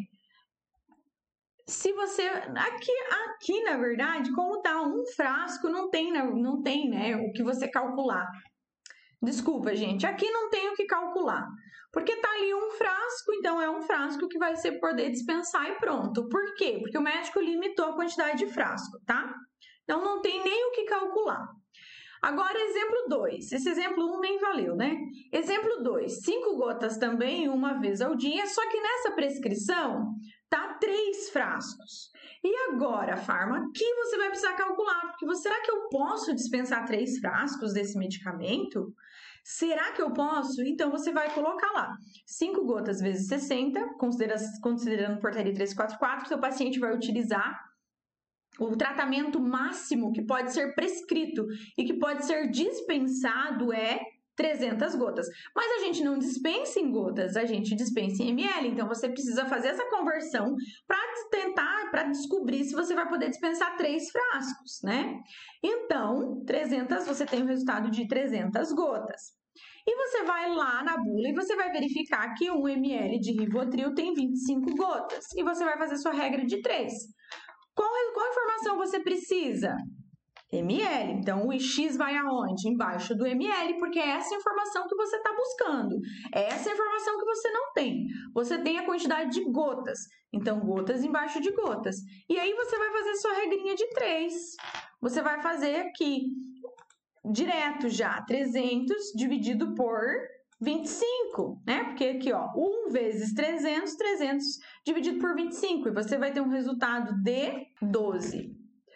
se você... Aqui, na verdade, como tá um frasco, não tem, né, o que você calcular. Desculpa, gente, aqui não tem o que calcular. Porque tá ali um frasco, então é um frasco que vai ser poder dispensar e pronto. Por quê? Porque o médico limitou a quantidade de frasco, tá? Então não tem nem o que calcular. Agora, exemplo 2. Esse exemplo 1 nem valeu, né? Exemplo 2. 5 gotas também, uma vez ao dia, só que nessa prescrição tá 3 frascos. E agora, Farma, aqui você vai precisar calcular, porque será que eu posso dispensar 3 frascos desse medicamento? Será que eu posso? Então, você vai colocar lá 5 gotas vezes 60, considerando portaria 344, seu paciente vai utilizar o tratamento máximo que pode ser prescrito e que pode ser dispensado é 300 gotas. Mas a gente não dispensa em gotas, a gente dispensa em ml. Então, você precisa fazer essa conversão para descobrir se você vai poder dispensar 3 frascos, né? Então, 300, você tem o resultado de 300 gotas. E você vai lá na bula e você vai verificar que 1 ml de Rivotril tem 25 gotas. E você vai fazer sua regra de 3. Qual informação você precisa? ml. Então, o X vai aonde? Embaixo do ml, porque é essa informação que você está buscando. É essa informação que você não tem. Você tem a quantidade de gotas. Então, gotas embaixo de gotas. E aí, você vai fazer sua regrinha de 3. Você vai fazer aqui direto já, 300 dividido por 25, né? Porque aqui, ó, 1 vezes 300, 300 dividido por 25, e você vai ter um resultado de 12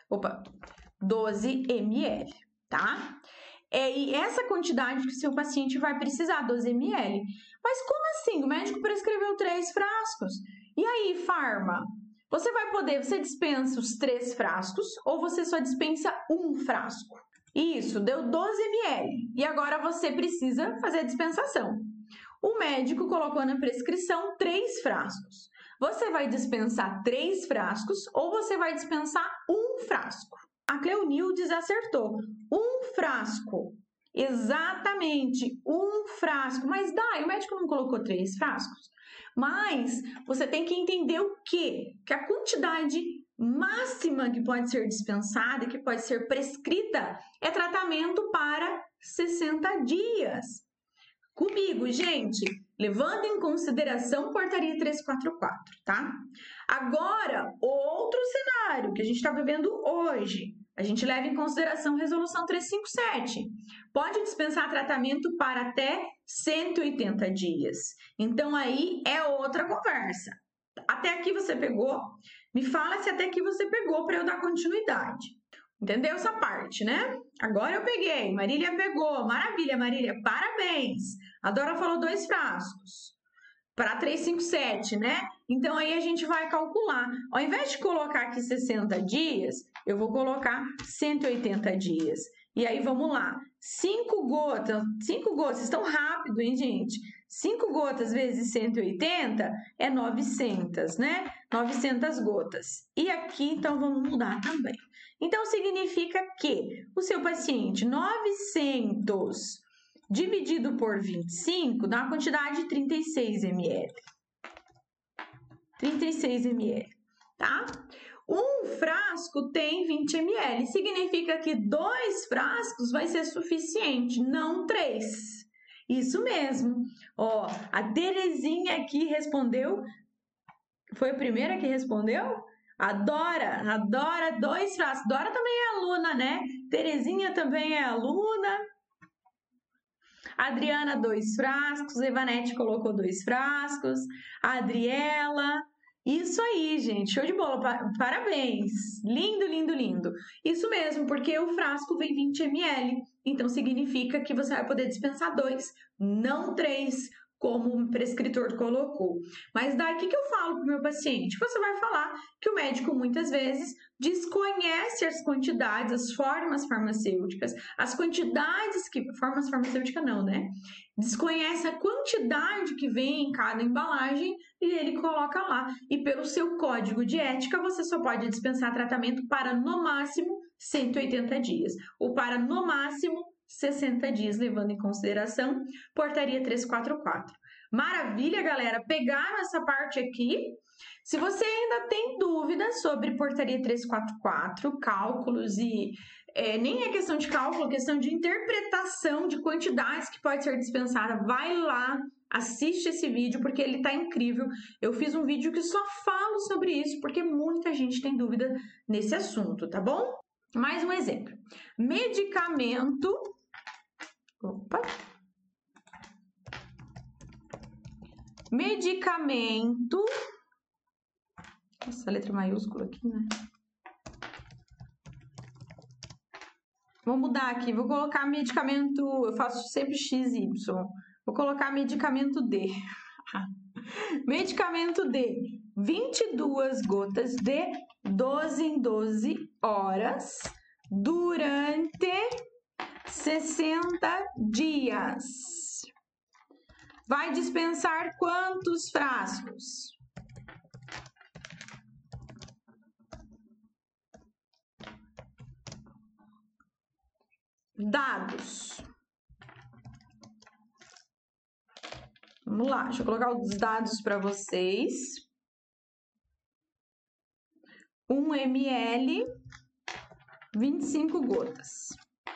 ml, tá? E essa quantidade que o seu paciente vai precisar, 12 ml. Mas como assim? O médico prescreveu 3 frascos. E aí, farma? Você dispensa os 3 frascos ou você só dispensa um frasco? Isso, deu 12 ml. E agora você precisa fazer a dispensação. O médico colocou na prescrição 3 frascos. Você vai dispensar 3 frascos ou você vai dispensar um frasco? A Cleonildes acertou. Um frasco. Exatamente, um frasco. Mas o médico não colocou 3 frascos? Mas você tem que entender o quê? Que a quantidade máxima que pode ser dispensada, que pode ser prescrita, é tratamento para 60 dias. Comigo, gente, levando em consideração portaria 344, tá? Agora, outro cenário que a gente está vivendo hoje, a gente leva em consideração resolução 357. Pode dispensar tratamento para até 180 dias. Então, aí é outra conversa. Até aqui você pegou? Me fala se até aqui você pegou para eu dar continuidade. Entendeu essa parte, né? Agora eu peguei. Marília pegou. Maravilha, Marília. Parabéns. A Dora falou 2 frascos. Para 357, né? Então, aí a gente vai calcular. Ao invés de colocar aqui 60 dias, eu vou colocar 180 dias. E aí, vamos lá. 5 gotas. 5 gotas. Vocês estão rápido, hein, gente? 5 gotas vezes 180 é 900, né? 900 gotas. E aqui, então, vamos mudar também. Então, significa que o seu paciente, 900 dividido por 25, dá uma quantidade de 36 ml. 36 ml, tá? Um frasco tem 20 ml. Significa que 2 frascos vai ser suficiente, não 3. Isso mesmo. Ó, a Terezinha aqui respondeu. Foi a primeira que respondeu? A Dora, 2 frascos. Dora também é aluna, né? Terezinha também é aluna. Adriana, 2 frascos. Evanete colocou 2 frascos. A Adriela. Isso aí, gente. Show de bola. Parabéns. Lindo, lindo, lindo. Isso mesmo, porque o frasco vem 20 ml. Então, significa que você vai poder dispensar 2, não 3, como o prescritor colocou. Mas daí, o que eu falo para o meu paciente? Você vai falar que o médico, muitas vezes, desconhece as quantidades, as formas farmacêuticas, as quantidades que... Formas farmacêuticas não, né? Desconhece a quantidade que vem em cada embalagem e ele coloca lá. E pelo seu código de ética, você só pode dispensar tratamento para, no máximo, 180 dias. Ou para, no máximo, 60 dias, levando em consideração portaria 344. Maravilha, galera? Pegaram essa parte aqui? Se você ainda tem dúvidas sobre portaria 344, cálculos e... nem é questão de cálculo, é questão de interpretação de quantidades que pode ser dispensada, vai lá, assiste esse vídeo, porque ele tá incrível. Eu fiz um vídeo que só falo sobre isso, porque muita gente tem dúvida nesse assunto, tá bom? Mais um exemplo. Medicamento... Opa! Medicamento... Nossa, letra maiúscula aqui, né? Vou mudar aqui, vou colocar medicamento... Eu faço sempre XY. Vou colocar medicamento D. Medicamento D. 22 gotas de 12 em 12 horas durante 60 dias. Vai dispensar quantos frascos? Dados. Vamos lá, deixa eu colocar os dados para vocês. 1 ml, 25 gotas.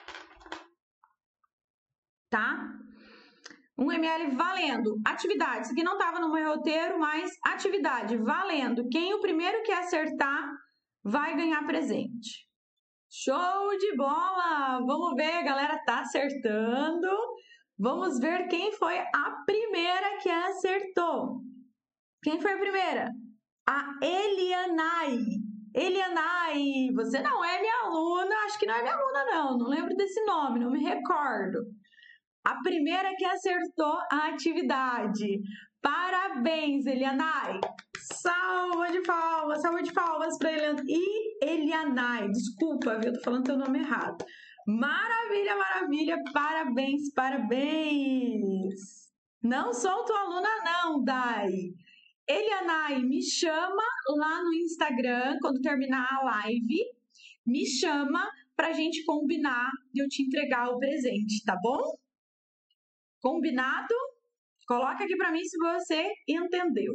Tá? 1 ml valendo. Atividade. Isso aqui não estava no meu roteiro, mas atividade valendo. Quem o primeiro que acertar vai ganhar presente. Show de bola! Vamos ver, a galera tá acertando. Vamos ver quem foi a primeira que acertou. Quem foi a primeira? A Elianai. Elianai, você não é minha aluna, acho que não é minha aluna não lembro desse nome, não me recordo. A primeira que acertou a atividade. Parabéns, Elianai! Salva de palmas para Elianai. Desculpa, viu? Tô falando teu nome errado. Maravilha, maravilha, parabéns, parabéns! Não sou tua aluna não, Dai. Elianai, me chama lá no Instagram, quando terminar a live, me chama pra gente combinar de eu te entregar o presente, tá bom? Combinado? Coloca aqui pra mim se você entendeu.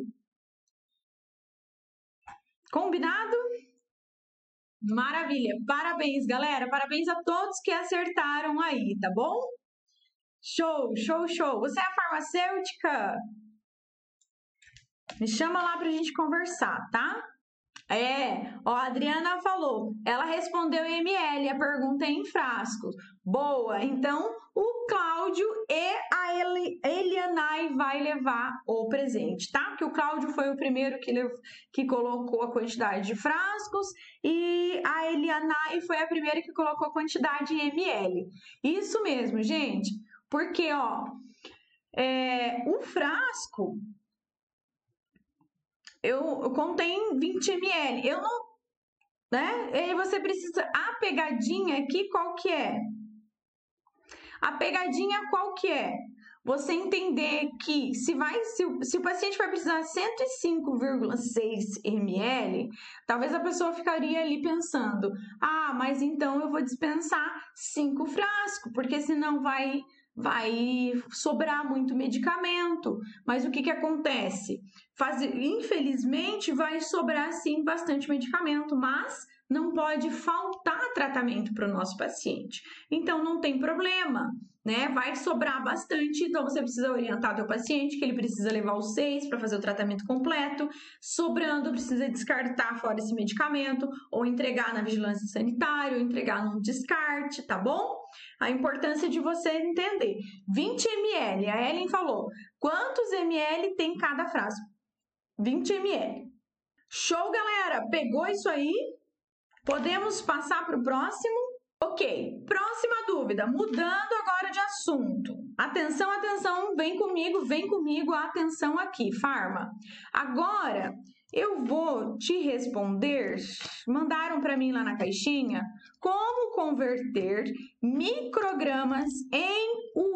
Combinado? Maravilha! Parabéns, galera! Parabéns a todos que acertaram aí, tá bom? Show, show, show! Você é farmacêutica? Me chama lá pra gente conversar, tá? Ó, a Adriana falou, ela respondeu em ml, a pergunta é em frascos. Boa, então o Cláudio e a Elianai vai levar o presente, tá? Porque o Cláudio foi o primeiro que colocou a quantidade de frascos e a Elianai foi a primeira que colocou a quantidade em ml. Isso mesmo, gente, porque, ó, o frasco... eu contém 20 ml, eu não, né? E aí você precisa, a pegadinha aqui qual que é? A pegadinha qual que é? Você entender que se o paciente vai precisar 105,6 ml, talvez a pessoa ficaria ali pensando, ah, mas então eu vou dispensar 5 frascos, porque senão vai sobrar muito medicamento. Mas o que acontece? Infelizmente, vai sobrar sim bastante medicamento, mas não pode faltar tratamento para o nosso paciente. Então, não tem problema, né? Vai sobrar bastante, então você precisa orientar o paciente que ele precisa levar os 6 para fazer o tratamento completo. Sobrando, precisa descartar fora esse medicamento, ou entregar na vigilância sanitária, ou entregar num descarte, tá bom? A importância de você entender. 20 ml, a Ellen falou, quantos ml tem cada frasco? 20 ml. Show, galera! Pegou isso aí? Podemos passar para o próximo? Ok, próxima dúvida, mudando agora de assunto. Atenção, atenção, vem comigo, atenção aqui, Farma. Agora, eu vou te responder, mandaram para mim lá na caixinha, como converter microgramas em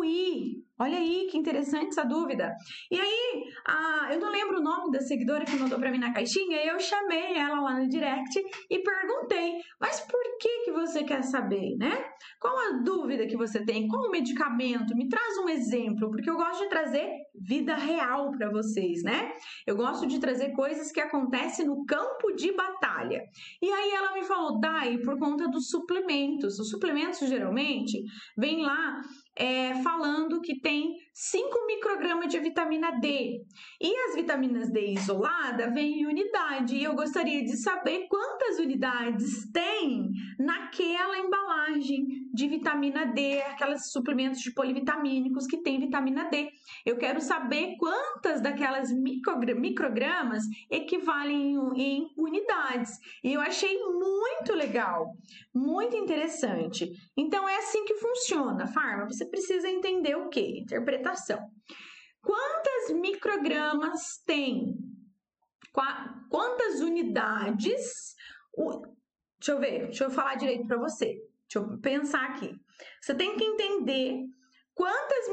UI. Olha aí, que interessante essa dúvida. E aí, eu não lembro o nome da seguidora que mandou para mim na caixinha, eu chamei ela lá no direct e perguntei, mas por que você quer saber, né? Qual a dúvida que você tem? Qual o medicamento? Me traz um exemplo, porque eu gosto de trazer vida real para vocês, né? Eu gosto de trazer coisas que acontecem no campo de batalha. E aí ela me falou, Dai, por conta dos suplementos. Os suplementos, geralmente, vêm lá falando que tem 5 microgramas de vitamina D. E as vitaminas D isolada vêm em unidade. E eu gostaria de saber quantas unidades tem naquela embalagem de vitamina D, aqueles suplementos de polivitamínicos que tem vitamina D. Eu quero saber quantas daquelas microgramas equivalem em unidades. E eu achei muito legal, muito interessante. Então, é assim que funciona, Farma. Você precisa entender o quê? Interpretação. Quantas microgramas tem? Quantas unidades? Deixa eu ver, deixa eu falar direito para você. Deixa eu pensar aqui. Você tem que entender quantas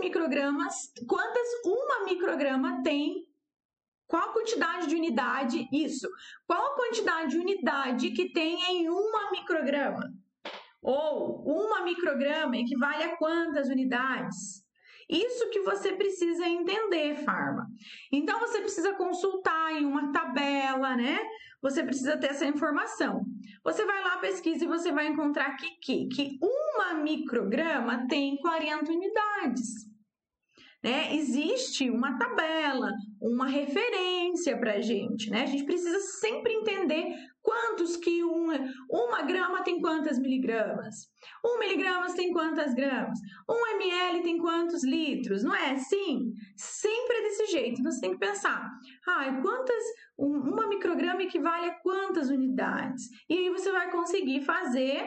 uma micrograma tem, qual a quantidade de unidade, isso. Qual a quantidade de unidade que tem em uma micrograma? Ou uma micrograma equivale a quantas unidades? Isso que você precisa entender, Farma. Então, você precisa consultar em uma tabela, né? Você precisa ter essa informação. Você vai lá, pesquisa e você vai encontrar que uma micrograma tem 40 unidades. Né? Existe uma tabela, uma referência para a gente, né? A gente precisa sempre entender Quantos que uma grama tem quantas miligramas? 1 miligrama tem quantas gramas? 1 ml tem quantos litros? Não é assim? Sempre é desse jeito. Então, você tem que pensar, uma micrograma equivale a quantas unidades? E aí você vai conseguir fazer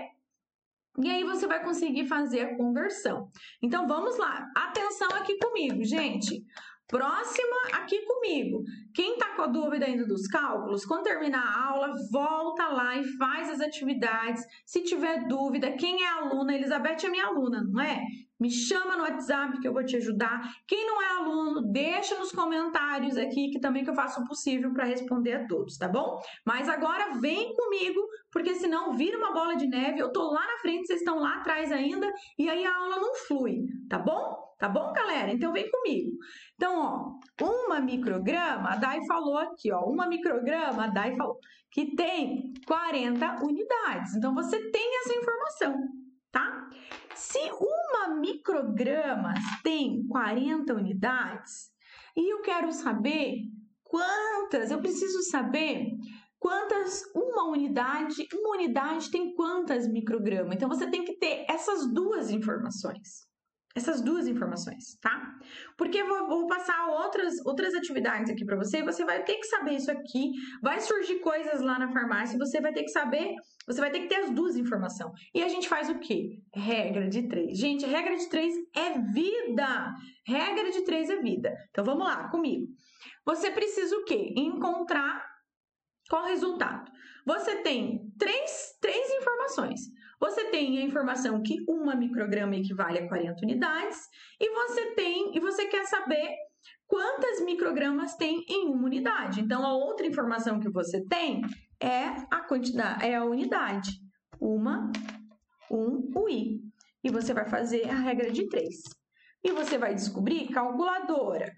a conversão. Então, vamos lá. Atenção aqui comigo, gente. Próxima aqui comigo. Quem tá com a dúvida ainda dos cálculos, quando terminar a aula, volta lá e faz as atividades. Se tiver dúvida, quem é aluna, Elizabeth é minha aluna, não é? Me chama no WhatsApp que eu vou te ajudar. Quem não é aluno, deixa nos comentários aqui que também que eu faço o possível para responder a todos, tá bom? Mas agora vem comigo, porque senão vira uma bola de neve. Eu tô lá na frente, vocês estão lá atrás ainda, e aí a aula não flui, tá bom? Tá bom, galera? Então vem comigo. Então, ó, 1 micrograma, a Dai falou aqui, ó, 1 micrograma, a Dai falou que tem 40 unidades. Então, você tem essa informação, tá? Se 1 micrograma tem 40 unidades, e eu quero saber eu preciso saber quantas, uma unidade tem quantas microgramas. Então, você tem que ter essas duas informações. Tá? Porque eu vou passar outras atividades aqui para você e você vai ter que saber isso aqui. Vai surgir coisas lá na farmácia e você vai ter que saber, você vai ter que ter as duas informações. E a gente faz o quê? Regra de 3. Gente, regra de 3 é vida! Regra de 3 é vida. Então, vamos lá, comigo. Você precisa o quê? Encontrar qual o resultado. Você tem três informações. Você tem a informação que 1 micrograma equivale a 40 unidades e você quer saber quantas microgramas tem em uma unidade. Então, a outra informação que você tem é a quantidade, é a unidade. 1 UI. E você vai fazer a regra de 3. E você vai descobrir calculadora.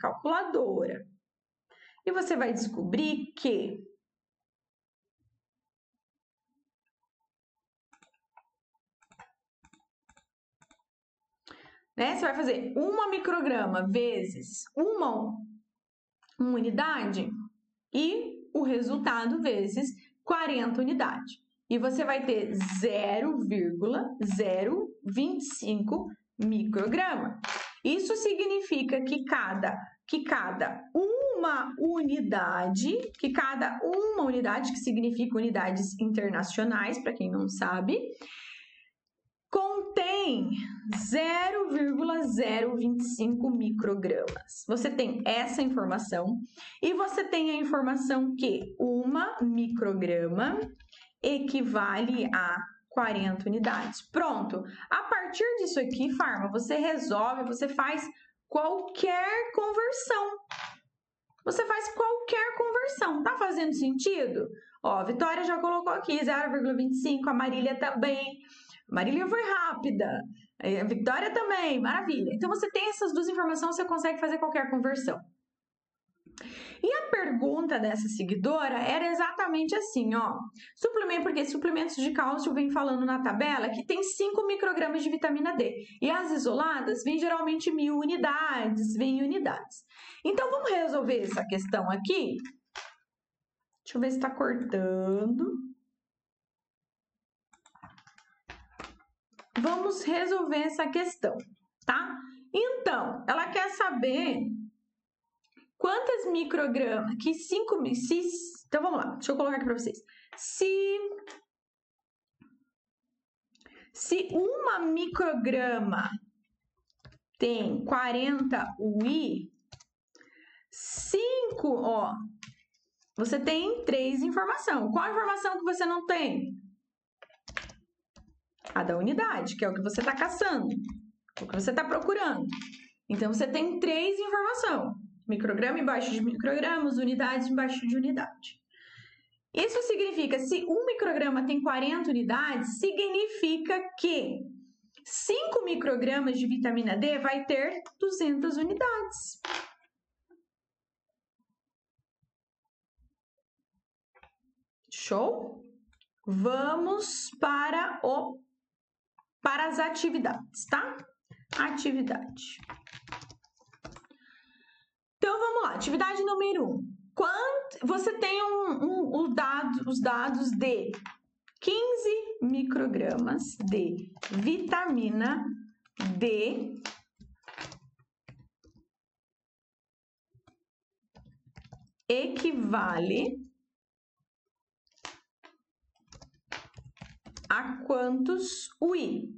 E você vai descobrir que você vai fazer 1 micrograma vezes uma unidade e o resultado vezes 40 unidades. E você vai ter 0,025 micrograma. Isso significa que cada uma unidade, que significa unidades internacionais, para quem não sabe, contém 0,025 microgramas. Você tem essa informação e você tem a informação que 1 micrograma equivale a 40 unidades. Pronto. A partir disso aqui, Farma, você resolve, você faz qualquer conversão. Tá fazendo sentido? Ó, a Vitória já colocou aqui 0,25, a Marília também. Marília foi rápida, a Vitória também, maravilha. Então, você tem essas duas informações, você consegue fazer qualquer conversão. E a pergunta dessa seguidora era exatamente assim, ó. Porque suplementos de cálcio vem falando na tabela que tem 5 microgramas de vitamina D. E as isoladas vêm geralmente 1000 unidades, vêm em unidades. Então, vamos resolver essa questão aqui? Deixa eu ver se está cortando. Vamos resolver essa questão, tá? Então, ela quer saber quantas microgramas, então, vamos lá, deixa eu colocar aqui para vocês. Se 1 micrograma tem 40 UI, 5, ó, você tem 3 informações. Qual a informação que você não tem? A da unidade, que é o que você está caçando, o que você está procurando. Então, você tem 3 informações. Micrograma embaixo de microgramas, unidades embaixo de unidade. Isso significa, se 1 micrograma tem 40 unidades, significa que 5 microgramas de vitamina D vai ter 200 unidades. Show? Vamos para as atividades, tá? Atividade. Então, vamos lá. Atividade número 1. Você tem os dados de 15 microgramas de vitamina D equivale a quantos UI?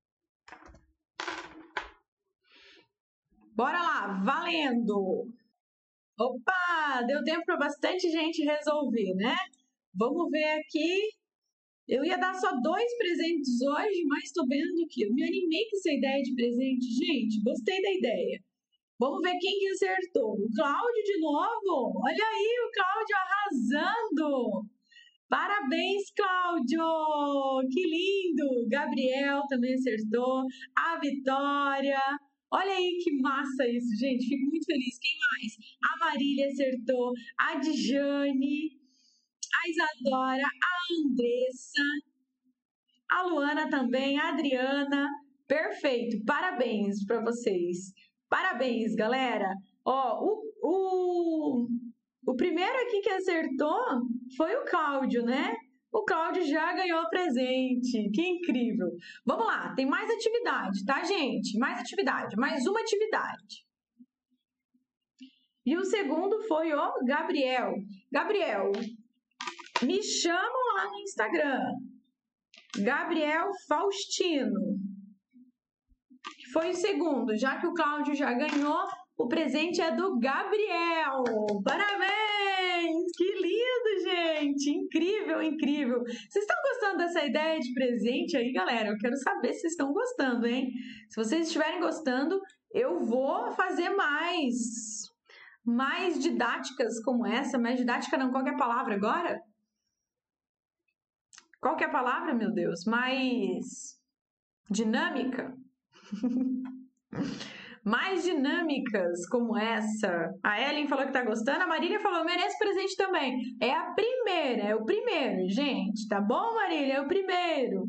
Bora lá, valendo! Opa, deu tempo para bastante gente resolver, né? Vamos ver aqui. Eu ia dar só 2 presentes hoje, mas estou vendo que eu me animei com essa ideia de presente. Gente, gostei da ideia. Vamos ver quem que acertou. O Cláudio de novo. Olha aí, o Cláudio arrasando. Parabéns, Cláudio. Que lindo. Gabriel também acertou. A Vitória. Olha aí que massa isso, gente. Fico muito feliz. Quem mais? A Marília acertou. A Dijane. A Isadora. A Andressa. A Luana também. A Adriana. Perfeito. Parabéns para vocês. Parabéns, galera. Ó, o primeiro aqui que acertou foi o Cláudio, né? O Cláudio já ganhou presente. Que incrível. Vamos lá, tem mais atividade, tá, gente? Mais atividade, mais uma atividade. E o segundo foi o Gabriel. Gabriel, me chamam lá no Instagram. Gabriel Faustino. Foi o segundo, já que o Cláudio já ganhou, o presente é do Gabriel. Parabéns! Que lindo, gente! Incrível, incrível. Vocês estão gostando dessa ideia de presente aí, galera? Eu quero saber se vocês estão gostando, hein? Se vocês estiverem gostando, eu vou fazer mais didáticas como essa. Mais didática não, qual que é a palavra agora? Qual que é a palavra, meu Deus? Mais dinâmica? Mais dinâmicas como essa. A Ellen falou que tá gostando, a Marília falou, merece presente também. É a primeira, é o primeiro, gente. Tá bom, Marília? É o primeiro.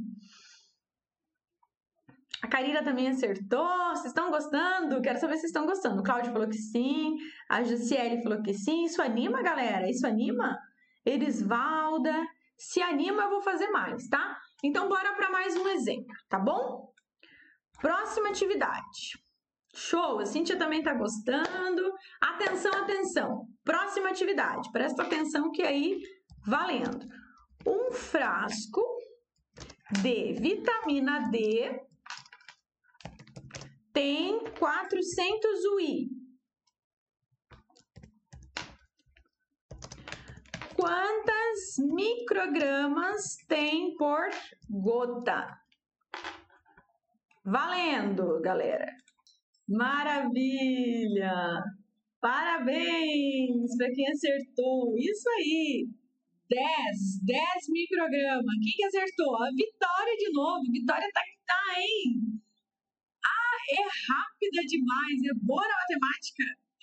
A Karina também acertou. Vocês estão gostando? Quero saber se vocês estão gostando. O Cláudio falou que sim. A Jussiele falou que sim. Isso anima, galera? Isso anima? Erisvalda. Se anima, eu vou fazer mais, tá? Então, bora para mais um exemplo, tá bom? Próxima atividade. Show! A Cíntia também tá gostando. Atenção, atenção. Próxima atividade. Presta atenção que aí, valendo. Um frasco de vitamina D tem 400 UI. Quantas microgramas tem por gota? Valendo, galera! Maravilha! Parabéns para quem acertou! Isso aí! 10 microgramas. Quem que acertou? A Vitória de novo. Vitória tá que tá, hein? É rápida demais, é boa na matemática.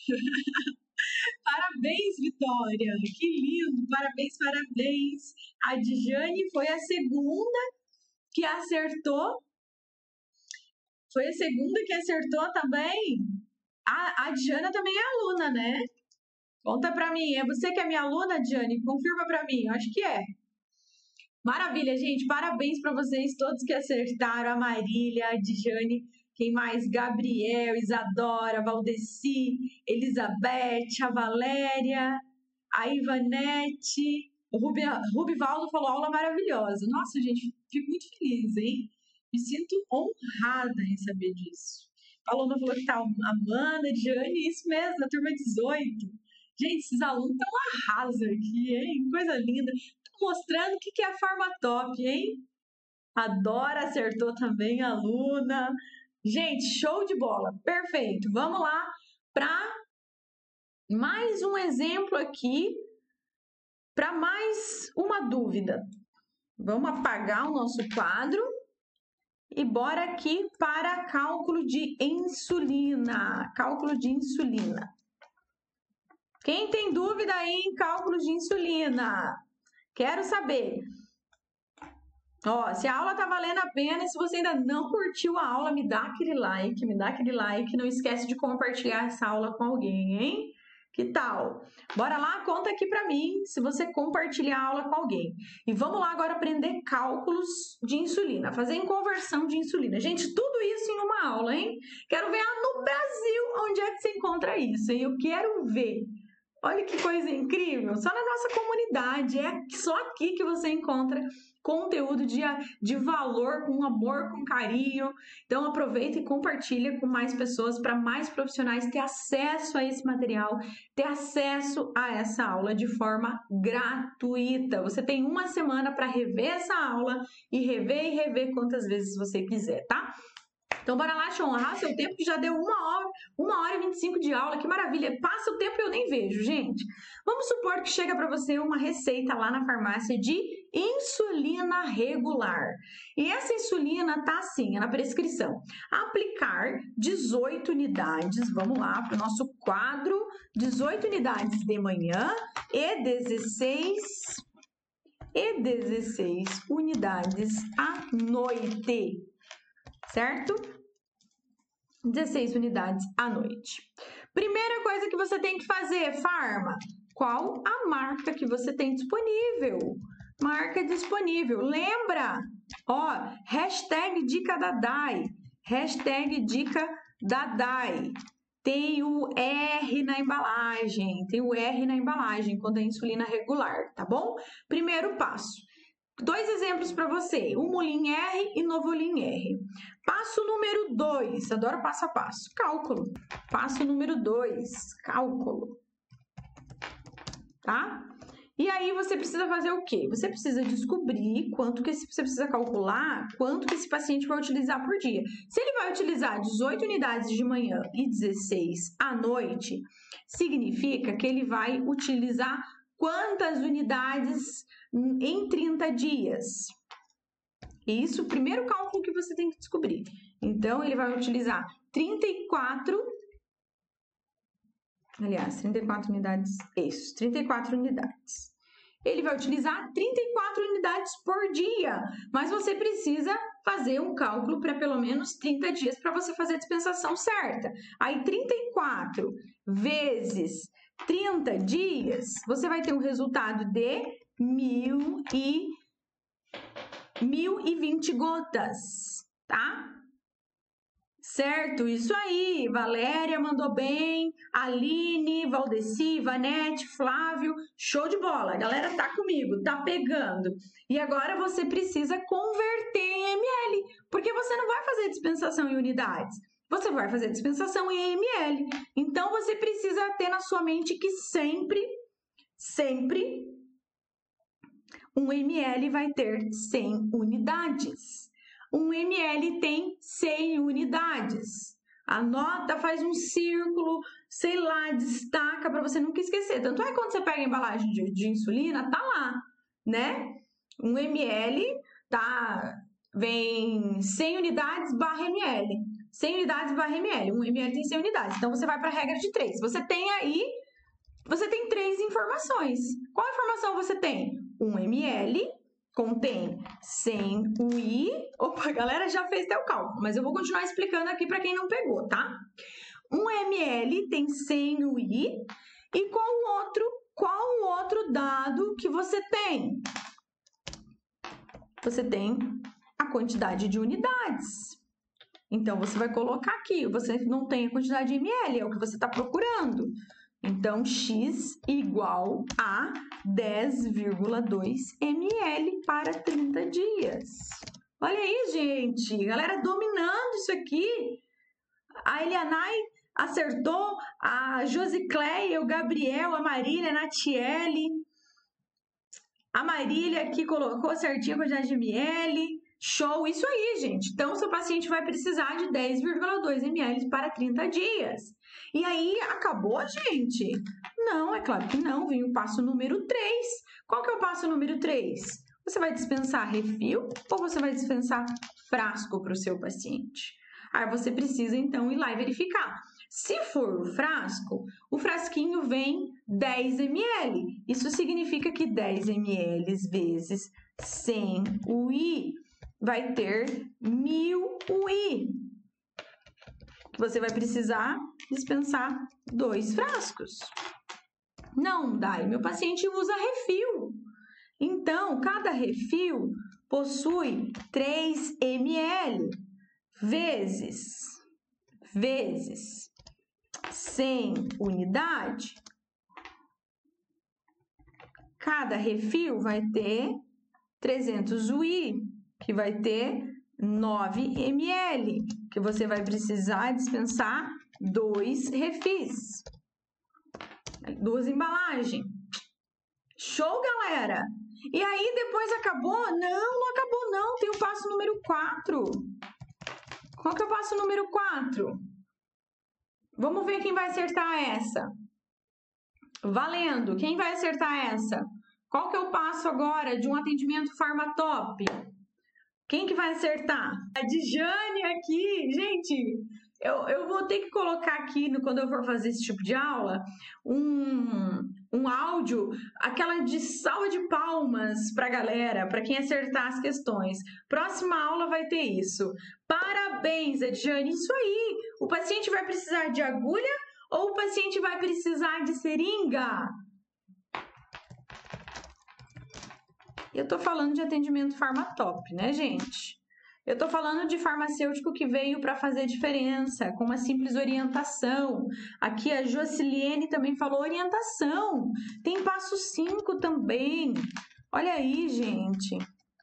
Parabéns, Vitória, que lindo, parabéns, parabéns. A Dijane foi a segunda que acertou. Foi a segunda que acertou também. A Diana também é aluna, né? Conta pra mim, é você que é minha aluna, Diane? Confirma pra mim, eu acho que é. Maravilha, gente, parabéns para vocês todos que acertaram, a Marília, a Dijane. Quem mais? Gabriel, Isadora, Valdeci, Elizabeth, a Valéria, a Ivanete, o Rubivaldo falou aula maravilhosa. Nossa, gente, fico muito feliz, hein? Me sinto honrada em saber disso. A Paloma falou que tá amando, Jane, isso mesmo, na turma 18. Gente, esses alunos estão arrasando aqui, hein? Coisa linda. Tô mostrando o que é a Forma Top, hein? A Dora acertou também, a aluna. Gente, show de bola, perfeito. Vamos lá para mais um exemplo aqui, para mais uma dúvida. Vamos apagar o nosso quadro e bora aqui para cálculo de insulina. Cálculo de insulina. Quem tem dúvida aí em cálculo de insulina? Quero saber. Ó, se a aula tá valendo a pena, se você ainda não curtiu a aula, me dá aquele like, não esquece de compartilhar essa aula com alguém, hein? Que tal? Bora lá, conta aqui pra mim se você compartilha a aula com alguém. E vamos lá agora aprender cálculos de insulina, fazer em conversão de insulina. Gente, tudo isso em uma aula, hein? Quero ver no Brasil onde é que você encontra isso, hein? Eu quero ver. Olha que coisa incrível, só na nossa comunidade, é só aqui que você encontra conteúdo de valor, com amor, com carinho. Então aproveita e compartilha com mais pessoas, para mais profissionais ter acesso a esse material, ter acesso a essa aula de forma gratuita. Você tem uma semana para rever essa aula e rever quantas vezes você quiser, tá? Então, bora lá, deixa eu honrar seu tempo, que já deu 1h e 25 de aula, que maravilha. Passa o tempo e eu nem vejo, gente. Vamos supor que chega para você uma receita lá na farmácia de insulina regular. E essa insulina tá assim, é na prescrição. Aplicar 18 unidades, vamos lá para o nosso quadro, 18 unidades de manhã e 16 unidades à noite, certo? 16 unidades à noite. Primeira coisa que você tem que fazer, farma, qual a marca que você tem disponível? Marca disponível. Lembra? Ó, hashtag dica da Dai. Hashtag dica da Dai. Tem o R na embalagem. Tem o R na embalagem quando é insulina regular, tá bom? Primeiro passo. 2 exemplos para você, Humulin R e Novolin R. Passo número 2, adoro passo a passo, cálculo. Passo número 2, cálculo. Tá? E aí você precisa fazer o quê? Você precisa descobrir quanto que você precisa calcular, quanto que esse paciente vai utilizar por dia. Se ele vai utilizar 18 unidades de manhã e 16 à noite, significa que ele vai utilizar quantas unidades em 30 dias? Isso, o primeiro cálculo que você tem que descobrir. Então, ele vai utilizar 34 unidades, isso, 34 unidades. Ele vai utilizar 34 unidades por dia, mas você precisa fazer um cálculo para pelo menos 30 dias para você fazer a dispensação certa. Aí, 34 vezes 30 dias, você vai ter um resultado de 1.020 gotas, tá? Certo, isso aí, Valéria mandou bem, Aline, Valdeci, Vanete, Flávio, show de bola, a galera tá comigo, tá pegando. E agora você precisa converter em ml, porque você não vai fazer dispensação em unidades, você vai fazer dispensação em ml. Então, você precisa ter na sua mente que sempre, um ml vai ter 100 unidades. Um ml tem 100 unidades. Anota, faz um círculo, sei lá, destaca para você nunca esquecer. Tanto é que quando você pega a embalagem de insulina, tá lá, né? Um ml, vem 100 unidades barra ml. 100 unidades barra ml. Um ml tem 100 unidades. Então, você vai para a regra de 3. Você tem 3 informações. Qual informação você tem? Um ml contém 100 UI. Opa, a galera já fez até o cálculo, mas eu vou continuar explicando aqui para quem não pegou, tá? Um ml tem 100 UI. E qual o outro dado que você tem? Você tem a quantidade de unidades. Então, você vai colocar aqui, você não tem a quantidade de ml, é o que você está procurando. Então, X igual a 10,2 ml para 30 dias. Olha aí, gente, galera dominando isso aqui. A Elianai acertou, a Josicléia, o Gabriel, a Marília, a Natiele. A Marília aqui colocou certinho a quantidade de ml. Show, isso aí, gente. Então, seu paciente vai precisar de 10,2 ml para 30 dias. E aí, acabou, gente? Não, é claro que não. Vem o passo número 3. Qual que é o passo número 3? Você vai dispensar refil ou você vai dispensar frasco para o seu paciente? Aí, você precisa, então, ir lá e verificar. Se for o frasco, o frasquinho vem 10 ml. Isso significa que 10 ml vezes 100 UI vai ter 1000 UI. Você vai precisar dispensar 2 frascos. Não, Dai, meu paciente usa refil. Então, cada refil possui 3 ml vezes 100 unidades. Cada refil vai ter 300 UI, que vai ter 9 ml, que você vai precisar dispensar 2 refis, 2 embalagens. Show, galera? E aí, depois acabou? Não acabou não, tem o passo número 4. Qual que é o passo número 4? Vamos ver quem vai acertar essa. Valendo, quem vai acertar essa? Qual que é o passo agora de um atendimento Farmatop? Quem que vai acertar? A Dijane aqui. Gente, eu vou ter que colocar aqui, quando eu for fazer esse tipo de aula, um áudio, aquela de salva de palmas pra galera, para quem acertar as questões. Próxima aula vai ter isso. Parabéns, Dijane. Isso aí. O paciente vai precisar de agulha ou o paciente vai precisar de seringa? Eu tô falando de atendimento Farmatop, né, gente? Eu tô falando de farmacêutico que veio para fazer diferença, com uma simples orientação. Aqui a Jociliene também falou orientação. Tem passo 5 também. Olha aí, gente.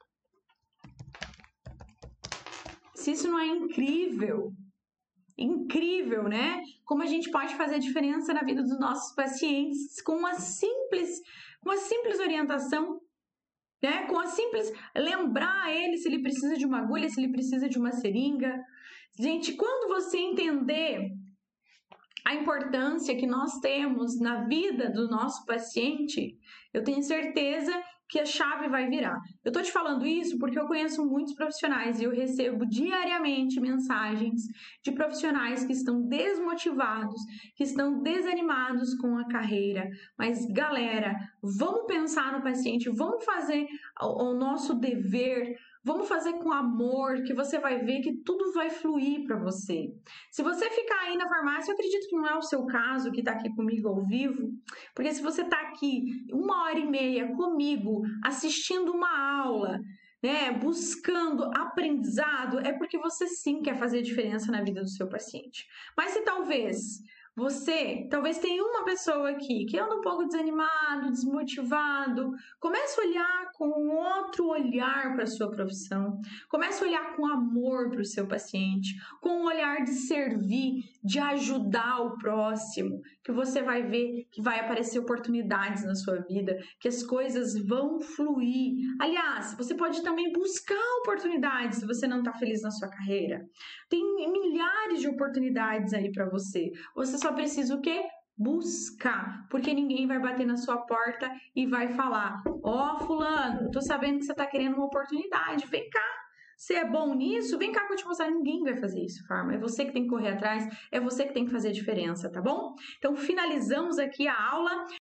Se isso não é incrível. Incrível, né? Como a gente pode fazer diferença na vida dos nossos pacientes com uma simples orientação, né? Com a simples lembrar ele se ele precisa de uma agulha, se ele precisa de uma seringa. Gente, quando você entender a importância que nós temos na vida do nosso paciente, eu tenho certeza que a chave vai virar. Eu tô te falando isso porque eu conheço muitos profissionais e eu recebo diariamente mensagens de profissionais que estão desmotivados, que estão desanimados com a carreira. Mas, galera, vamos pensar no paciente, vamos fazer o nosso dever, vamos fazer com amor, que você vai ver que tudo vai fluir para você. Se você ficar aí na farmácia, eu acredito que não é o seu caso, que está aqui comigo ao vivo, porque se você está aqui 1h30 comigo, assistindo uma aula, né, buscando aprendizado, é porque você sim quer fazer diferença na vida do seu paciente. Mas se talvez tenha uma pessoa aqui que anda um pouco desanimado, desmotivado, comece a olhar com outro olhar para a sua profissão, comece a olhar com amor para o seu paciente, com um olhar de servir, de ajudar o próximo, que você vai ver que vai aparecer oportunidades na sua vida, que as coisas vão fluir. Aliás, você pode também buscar oportunidades se você não está feliz na sua carreira. Tem milhares de oportunidades aí para você. Você só precisa o quê? Buscar, porque ninguém vai bater na sua porta e vai falar: ó, fulano, tô sabendo que você tá querendo uma oportunidade, vem cá. Você é bom nisso? Vem cá que eu te mostrar. Ninguém vai fazer isso, Farma. É você que tem que correr atrás, é você que tem que fazer a diferença, tá bom? Então, finalizamos aqui a aula.